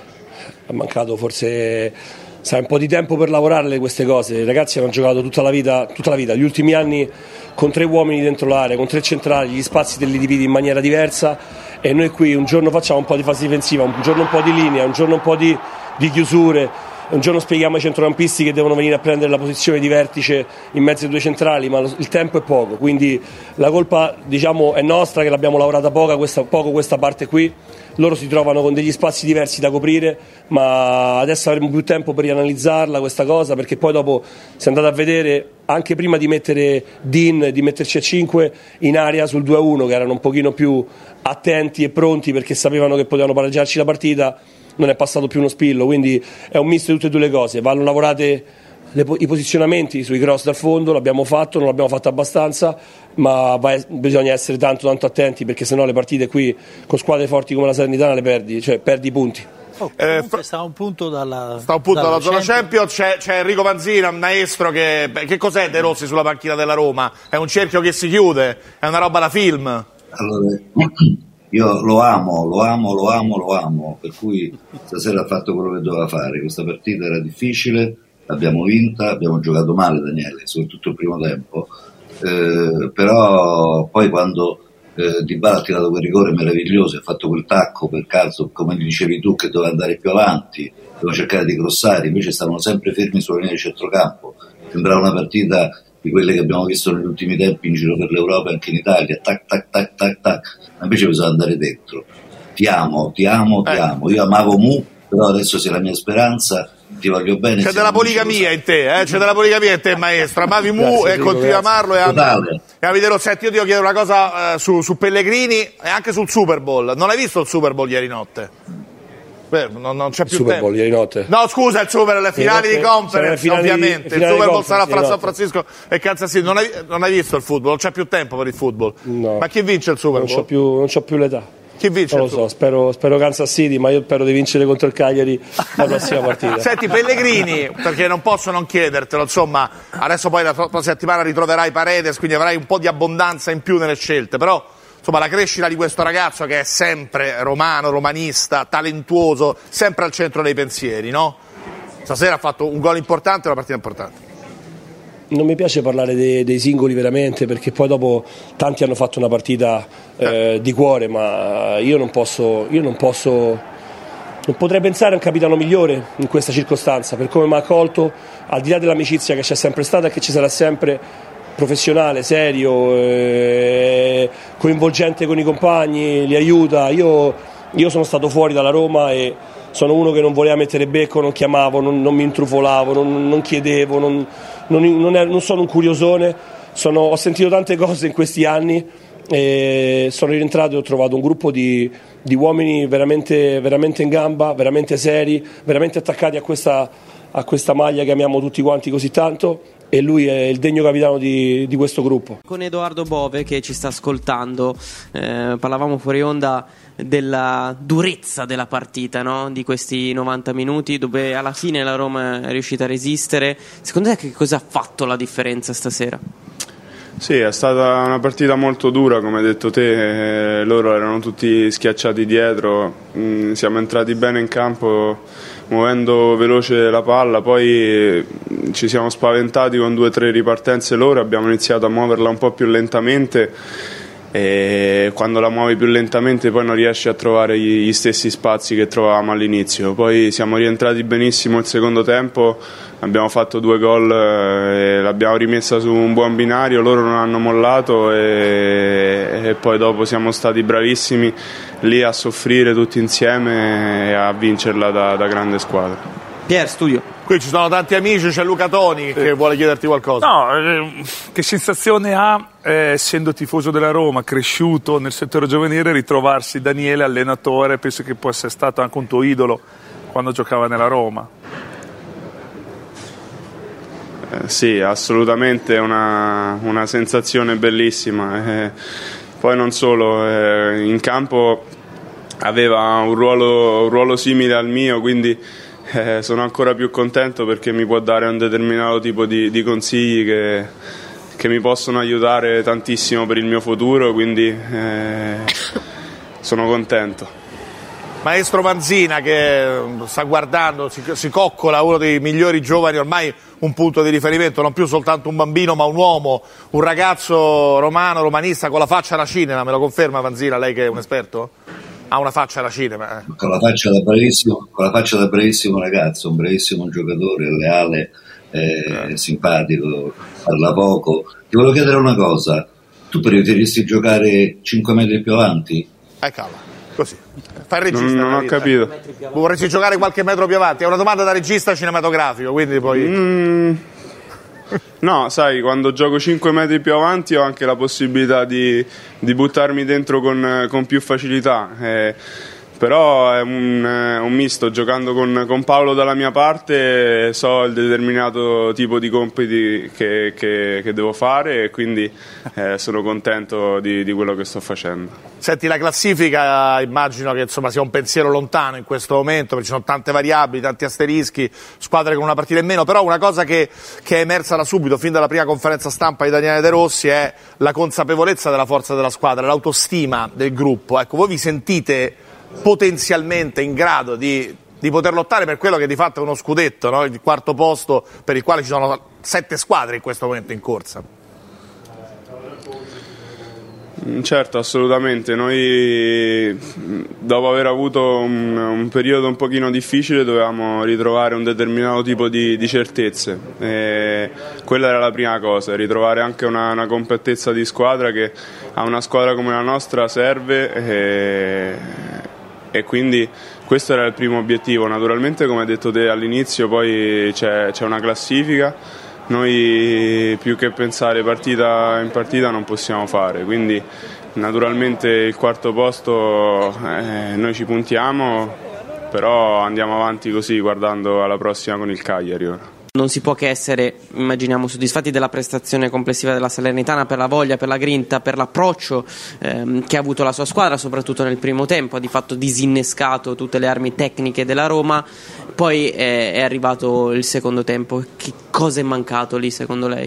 È mancato forse sai, un po' di tempo per lavorarle queste cose. I ragazzi hanno giocato tutta la vita, tutta la vita, gli ultimi anni con tre uomini dentro l'area, con tre centrali, gli spazi te li dividi in maniera diversa e noi qui un giorno facciamo un po' di fase difensiva, un giorno un po' di linea, un giorno un po' di, di chiusure. Un giorno spieghiamo ai centrocampisti che devono venire a prendere la posizione di vertice in mezzo ai due centrali, ma il tempo è poco, quindi la colpa diciamo è nostra che l'abbiamo lavorata poco questa, poco questa parte qui. Loro si trovano con degli spazi diversi da coprire, ma adesso avremo più tempo per rianalizzarla questa cosa, perché poi dopo si è andata a vedere anche prima di mettere Dean, di metterci a cinque in area sul due a uno, che erano un pochino più attenti e pronti perché sapevano che potevano pareggiarci la partita. Non è passato più uno spillo, quindi è un misto di tutte e due le cose. Vanno lavorate le, i posizionamenti sui cross dal fondo, l'abbiamo fatto, non l'abbiamo fatto abbastanza, ma va, bisogna essere tanto tanto attenti, perché sennò le partite qui con squadre forti come la Salernitana le perdi, cioè perdi i punti. Oh, comunque sta un punto dalla, sta un punto dalla, dalla zona Champions, c'è, c'è Enrico Vanzina, un maestro che... Che cos'è De Rossi sulla panchina della Roma? È un cerchio che si chiude? È una roba da film? Allora... Io lo amo, lo amo, lo amo, lo amo, per cui stasera ha fatto quello che doveva fare. Questa partita era difficile, l'abbiamo vinta, abbiamo giocato male Daniele, soprattutto il primo tempo, eh, però poi quando eh, Dybala ha tirato quel rigore meraviglioso e ha fatto quel tacco per calcio, come dicevi tu, che doveva andare più avanti, doveva cercare di crossare, invece stavano sempre fermi sulla linea di centrocampo, sembrava una partita di quelle che abbiamo visto negli ultimi tempi in giro per l'Europa e anche in Italia, tac tac tac tac tac, ma invece bisogna andare dentro. Ti amo, ti amo, ti amo. Io amavo Mu, però adesso sei la mia speranza, ti voglio bene. C'è della poligamia in te, eh? C'è della poligamia in te, maestro. Amavi Mu grazie, e continui a amarlo e ami. E ami De Rossi. Senti, io ti devo chiedere una cosa eh, su, su Pellegrini e anche sul Super Bowl. Non hai visto il Super Bowl ieri notte? Beh, non, non c'è più Super tempo. Bowl ieri notte. No, scusa, il Super, le finali di conference, finali, ovviamente. finali il Super Bowl sarà fra San San Francisco e Kansas City. Non hai, non hai visto il football, non c'è più tempo per il football. No. Ma chi vince il Super Bowl? Non c'ho più, non c'ho più l'età. Chi vince? Non lo so, spero, spero Kansas City, ma io spero di vincere contro il Cagliari la prossima partita. Senti, Pellegrini, perché non posso non chiedertelo, insomma, adesso poi la prossima settimana ritroverai Paredes, quindi avrai un po' di abbondanza in più nelle scelte, però insomma la crescita di questo ragazzo che è sempre romano, romanista, talentuoso, sempre al centro dei pensieri, no? Stasera ha fatto un gol importante e una partita importante. Non mi piace parlare dei, dei singoli veramente, perché poi dopo tanti hanno fatto una partita eh, di cuore, ma io non posso, io non posso, non potrei pensare a un capitano migliore in questa circostanza, per come mi ha accolto, al di là dell'amicizia che c'è sempre stata e che ci sarà sempre, professionale, serio, eh, coinvolgente con i compagni, li aiuta. Io, io sono stato fuori dalla Roma e sono uno che non voleva mettere becco, non chiamavo, non, non mi intrufolavo, non, non chiedevo, non, non, non, è, non sono un curiosone, sono, ho sentito tante cose in questi anni e sono rientrato e ho trovato un gruppo di, di uomini veramente, veramente in gamba, veramente seri, veramente attaccati a questa, a questa maglia che amiamo tutti quanti così tanto, e lui è il degno capitano di, di questo gruppo. Con Edoardo Bove che ci sta ascoltando, eh, parlavamo fuori onda della durezza della partita, no? Di questi novanta minuti dove alla fine la Roma è riuscita a resistere. Secondo te che cosa ha fatto la differenza stasera? Sì, è stata una partita molto dura, come hai detto te, eh, loro erano tutti schiacciati dietro, mm, siamo entrati bene in campo muovendo veloce la palla, poi ci siamo spaventati con due o tre ripartenze loro, abbiamo iniziato a muoverla un po' più lentamente e quando la muovi più lentamente poi non riesci a trovare gli stessi spazi che trovavamo all'inizio. Poi siamo rientrati benissimo il secondo tempo, abbiamo fatto due gol e l'abbiamo rimessa su un buon binario, loro non hanno mollato e, e poi dopo siamo stati bravissimi lì a soffrire tutti insieme e a vincerla da, da grande squadra. Pier, studio. Qui ci sono tanti amici, c'è Luca Toni che vuole chiederti qualcosa. No, eh, che sensazione ha, eh, essendo tifoso della Roma, cresciuto nel settore giovanile, ritrovarsi Daniele allenatore? Penso che può essere stato anche un tuo idolo quando giocava nella Roma. Eh, sì, assolutamente una, una sensazione bellissima. Eh, poi non solo, eh, in campo aveva un ruolo, un ruolo simile al mio, quindi eh, sono ancora più contento perché mi può dare un determinato tipo di, di consigli che, che mi possono aiutare tantissimo per il mio futuro, quindi eh, sono contento. Maestro Vanzina, che sta guardando, si, si coccola, uno dei migliori giovani, ormai un punto di riferimento, non più soltanto un bambino ma un uomo, un ragazzo romano, romanista con la faccia da cinema, me lo conferma Vanzina, lei che è un esperto? Ha una faccia da cinema. Eh. Con la faccia da bravissimo, con la faccia da bravissimo ragazzo, un bravissimo giocatore, leale, eh, eh. simpatico, parla poco. Ti volevo chiedere una cosa, tu preferiresti giocare cinque metri più avanti? Eh cavolo, così. Fai il regista. Non, non ho vita. capito. Vorresti giocare qualche metro più avanti? È una domanda da regista cinematografico, quindi poi... Mm, no, sai, quando gioco cinque metri più avanti ho anche la possibilità di, di buttarmi dentro con, con più facilità. Eh, però è un, è un misto, giocando con, con Paolo dalla mia parte so il determinato tipo di compiti che, che, che devo fare e quindi eh, sono contento di, di quello che sto facendo. Senti, la classifica immagino che insomma sia un pensiero lontano in questo momento, perché ci sono tante variabili, tanti asterischi, squadre con una partita in meno, però una cosa che, che è emersa da subito, fin dalla prima conferenza stampa di Daniele De Rossi, è la consapevolezza della forza della squadra, l'autostima del gruppo. Ecco, voi vi sentite potenzialmente in grado di, di poter lottare per quello che di fatto è uno scudetto, no? Il quarto posto per il quale ci sono sette squadre in questo momento in corsa. Certo, assolutamente. Noi dopo aver avuto un, un periodo un pochino difficile dovevamo ritrovare un determinato tipo di, di certezze e quella era la prima cosa, ritrovare anche una, una completezza di squadra che a una squadra come la nostra serve e, e quindi questo era il primo obiettivo. Naturalmente, come hai detto te all'inizio, poi c'è, c'è una classifica. Noi più che pensare partita in partita non possiamo fare, quindi naturalmente il quarto posto eh, noi ci puntiamo, però andiamo avanti così guardando alla prossima con il Cagliari ora. Non si può che essere, immaginiamo, soddisfatti della prestazione complessiva della Salernitana, per la voglia, per la grinta, per l'approccio ehm, che ha avuto la sua squadra, soprattutto nel primo tempo. Ha di fatto disinnescato tutte le armi tecniche della Roma, poi è, è arrivato il secondo tempo. Che cosa è mancato lì secondo lei?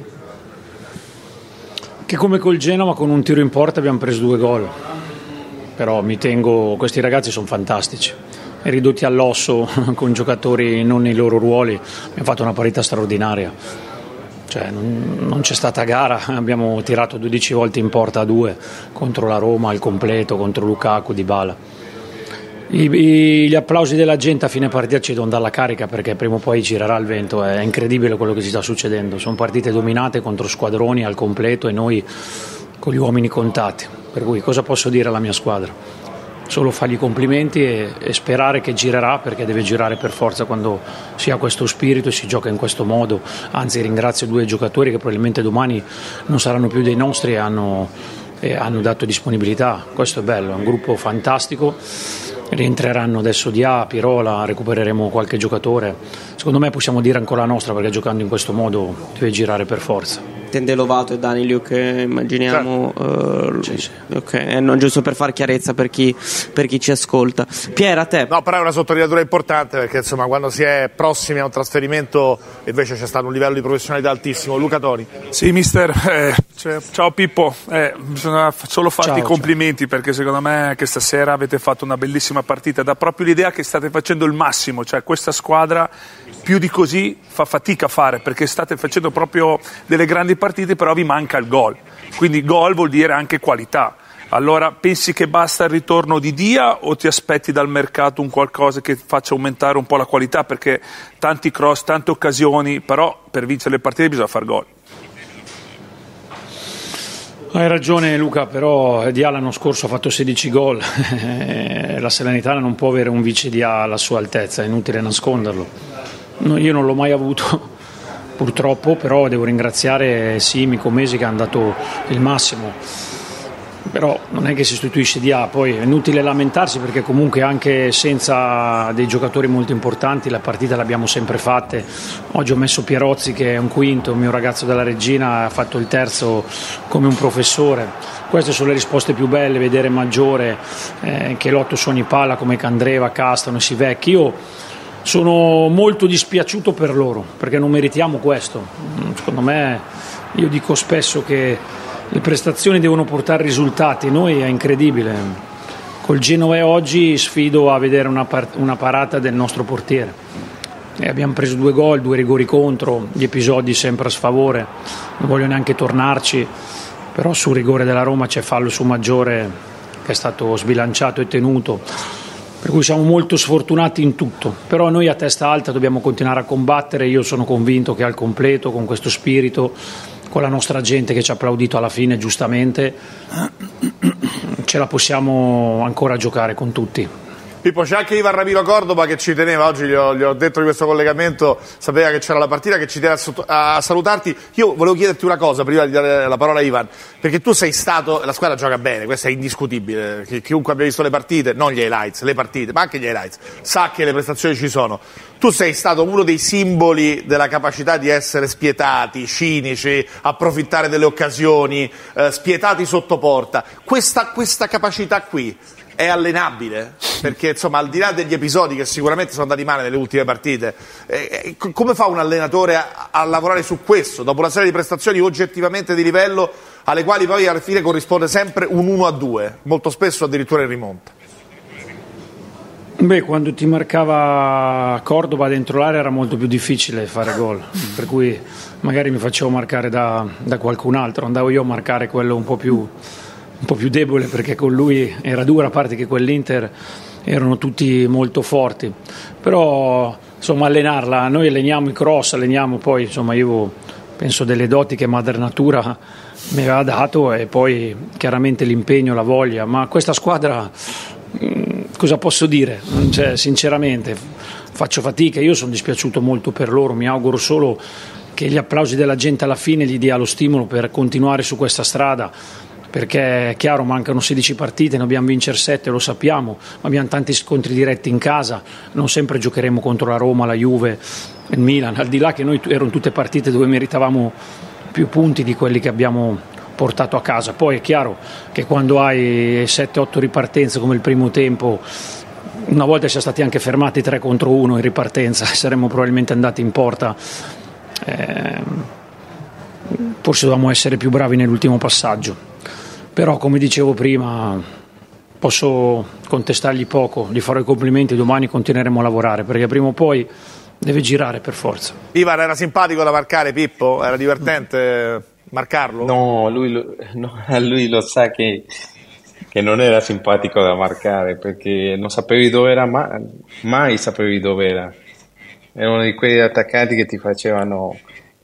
Che come col Genova con un tiro in porta abbiamo preso due gol, però mi tengo, questi ragazzi sono fantastici, ridotti all'osso con giocatori non nei loro ruoli, abbiamo fatto una parità straordinaria, cioè, non, non c'è stata gara, abbiamo tirato dodici volte in porta a due contro la Roma al completo, contro Lukaku, Dybala. I, i, gli applausi della gente a fine partita ci devono dare la carica perché prima o poi girerà il vento, è incredibile quello che ci sta succedendo, sono partite dominate contro squadroni al completo e noi con gli uomini contati, per cui cosa posso dire alla mia squadra? Solo fargli i complimenti e, e sperare che girerà, perché deve girare per forza quando si ha questo spirito e si gioca in questo modo. Anzi, ringrazio due giocatori che probabilmente domani non saranno più dei nostri e hanno, e hanno dato disponibilità. Questo è bello, è un gruppo fantastico. Rientreranno adesso Dia, Pirola, recupereremo qualche giocatore. Secondo me possiamo dire ancora la nostra, perché giocando in questo modo deve girare per forza. Tende Lovato e Danilio, che immaginiamo uh, sì, sì. Okay, non giusto per far chiarezza per chi, per chi ci ascolta. Pier, a te. No, però è una sottolineatura importante, perché insomma quando si è prossimi a un trasferimento invece c'è stato un livello di professionalità altissimo. Luca Toni. Sì, mister, eh, cioè, ciao Pippo, eh, bisogna solo farti ciao, i complimenti ciao. Perché secondo me che stasera avete fatto una bellissima partita, dà proprio l'idea che state facendo il massimo, cioè questa squadra più di così fa fatica a fare, perché state facendo proprio delle grandi partite, però vi manca il gol, quindi gol vuol dire anche qualità. Allora pensi che basta il ritorno di Dia o ti aspetti dal mercato un qualcosa che faccia aumentare un po' la qualità, perché tanti cross, tante occasioni, però per vincere le partite bisogna far gol. Hai ragione Luca, però Dia l'anno scorso ha fatto sedici gol, la Salernitana non può avere un vice Dia alla sua altezza, è inutile nasconderlo. No, io non l'ho mai avuto purtroppo, però devo ringraziare Simico, Mesi che hanno dato il massimo, però non è che si sostituisce Dia, poi è inutile lamentarsi perché comunque anche senza dei giocatori molto importanti la partita l'abbiamo sempre fatte. Oggi ho messo Pierozzi che è un quinto, il mio ragazzo della Regina ha fatto il terzo come un professore. Queste sono le risposte più belle, vedere Maggiore eh, che lotta su ogni palla come Candreva, Castano e Sivecchi. Io sono molto dispiaciuto per loro, perché non meritiamo questo. Secondo me, io dico spesso che le prestazioni devono portare risultati, noi è incredibile. Col Genoa oggi sfido a vedere una, par- una parata del nostro portiere. E abbiamo preso due gol, due rigori contro, gli episodi sempre a sfavore, non voglio neanche tornarci, però sul rigore della Roma c'è fallo su Maggiore che è stato sbilanciato e tenuto, per cui siamo molto sfortunati in tutto, però noi a testa alta dobbiamo continuare a combattere. Io sono convinto che al completo, con questo spirito, con la nostra gente che ci ha applaudito alla fine giustamente, ce la possiamo ancora giocare con tutti. Pippo, c'è anche Ivan Ramiro Cordoba che ci teneva, oggi gli ho, gli ho detto di questo collegamento, sapeva che c'era la partita, che ci tiene a, a salutarti. Io volevo chiederti una cosa prima di dare la parola a Ivan, perché tu sei stato, la squadra gioca bene, questo è indiscutibile, chiunque abbia visto le partite, non gli highlights, le partite, ma anche gli highlights, sa che le prestazioni ci sono. Tu sei stato uno dei simboli della capacità di essere spietati, cinici, approfittare delle occasioni, eh, spietati sotto porta. Questa, questa capacità qui è allenabile? Perché insomma, al di là degli episodi che sicuramente sono andati male nelle ultime partite, eh, come fa un allenatore a, a lavorare su questo dopo una serie di prestazioni oggettivamente di livello alle quali poi alla fine corrisponde sempre un uno a due, molto spesso addirittura in rimonta? Beh, quando ti marcava Cordoba dentro l'area era molto più difficile fare gol, per cui magari mi facevo marcare da, da qualcun altro, andavo io a marcare quello un po' più un po' più debole, perché con lui era dura, a parte che quell'Inter erano tutti molto forti, però insomma allenarla, noi alleniamo i cross, alleniamo poi insomma io penso delle doti che Madre Natura mi aveva dato e poi chiaramente l'impegno, la voglia, ma questa squadra mh, cosa posso dire? Cioè, sinceramente faccio fatica, io sono dispiaciuto molto per loro, mi auguro solo che gli applausi della gente alla fine gli dia lo stimolo per continuare su questa strada, perché è chiaro, mancano sedici partite, ne dobbiamo vincere sette, lo sappiamo, ma abbiamo tanti scontri diretti in casa, non sempre giocheremo contro la Roma, la Juve, il Milan, al di là che noi erano tutte partite dove meritavamo più punti di quelli che abbiamo portato a casa. Poi è chiaro che quando hai sette otto ripartenze come il primo tempo, una volta siamo stati anche fermati tre contro uno in ripartenza, saremmo probabilmente andati in porta. Eh, forse dovevamo essere più bravi nell'ultimo passaggio. Però come dicevo prima posso contestargli poco, gli farò i complimenti, domani continueremo a lavorare perché prima o poi deve girare per forza. Ivan, era simpatico da marcare Pippo? Era divertente marcarlo? No, lui lo, no, lui lo sa che, che non era simpatico da marcare perché non sapevi dove era, ma, mai sapevi dove era. Era uno di quegli attaccanti che ti facevano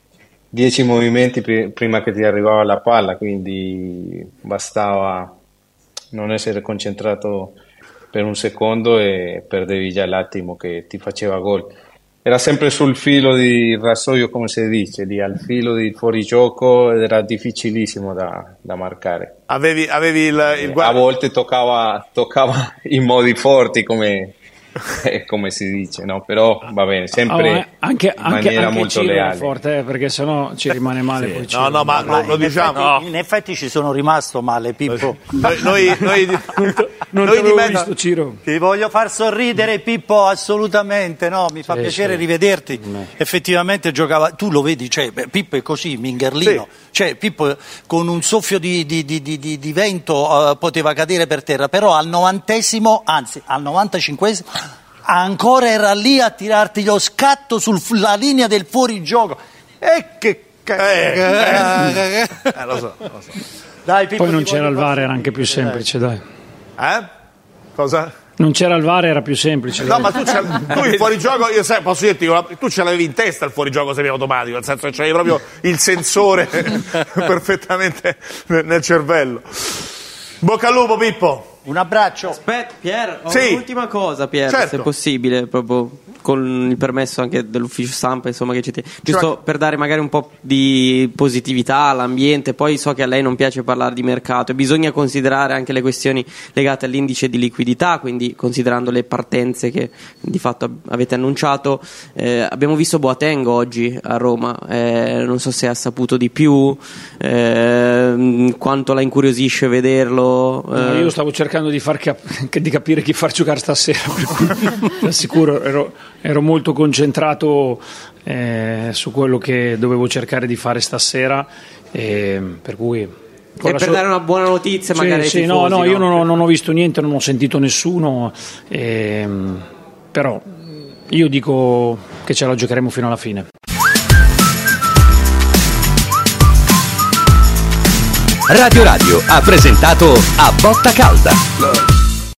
dieci movimenti pr- prima che ti arrivava la palla, quindi bastava non essere concentrato per un secondo e perdevi già l'attimo che ti faceva gol. Era sempre sul filo di rasoio, come si dice, lì al filo di fuorigioco, ed era difficilissimo da, da marcare. Avevi, avevi il, il guardia... A volte toccava, toccava in modi forti, come... come si dice, no? Però va bene, sempre oh, anche, in maniera anche molto Ciro leale. È forte, eh, perché sennò ci rimane male. Sì. Poi no, Ciro. no, ma lo, lo in diciamo. Effetti, in effetti ci sono rimasto male, Pippo. Noi, noi, noi, non noi ti avevo visto, Ciro. Ti voglio far sorridere, Pippo, assolutamente. No, mi fa sì, piacere sì. rivederti. No. Effettivamente giocava, tu lo vedi, cioè, Pippo è così, Mingherlino. Sì. Cioè, Pippo con un soffio di, di, di, di, di vento uh, poteva cadere per terra, però al novantesimo, anzi al novantacinquesimo ancora era lì a tirarti lo scatto sulla linea del fuorigioco. E che eh, eh, eh, lo so, lo so. Dai, Pippo, poi non c'era il V A R, era anche più semplice, dai. Eh? Cosa? Non c'era il V A R, era più semplice. No, dai. ma tu, tu il fuorigioco, io sai, posso dirti, tu ce l'avevi in testa il fuorigioco semiautomatico, nel senso che c'avevi proprio il sensore perfettamente nel cervello. Bocca al lupo, Pippo. Un abbraccio. Aspetta, Pier, ho sì. un'ultima cosa, Pier, certo. se è possibile, proprio con il permesso anche dell'ufficio stampa, insomma, che ci te... giusto cioè... per dare magari un po' di positività all'ambiente. Poi so che a lei non piace parlare di mercato e bisogna considerare anche le questioni legate all'indice di liquidità, quindi considerando le partenze che di fatto avete annunciato. Eh, abbiamo visto Boateng oggi a Roma, eh, non so se ha saputo di più, eh, quanto la incuriosisce vederlo. Eh... No, io stavo cercando di, far cap- di capire chi far giocare stasera, per cui ti assicuro ero ero molto concentrato eh, su quello che dovevo cercare di fare stasera, e per cui e per so- dare una buona notizia magari ai sì, tifosi, no, no, no? io non ho, non ho visto niente, non ho sentito nessuno, ehm, però io dico che ce la giocheremo fino alla fine. Radio Radio ha presentato A Botta Calda.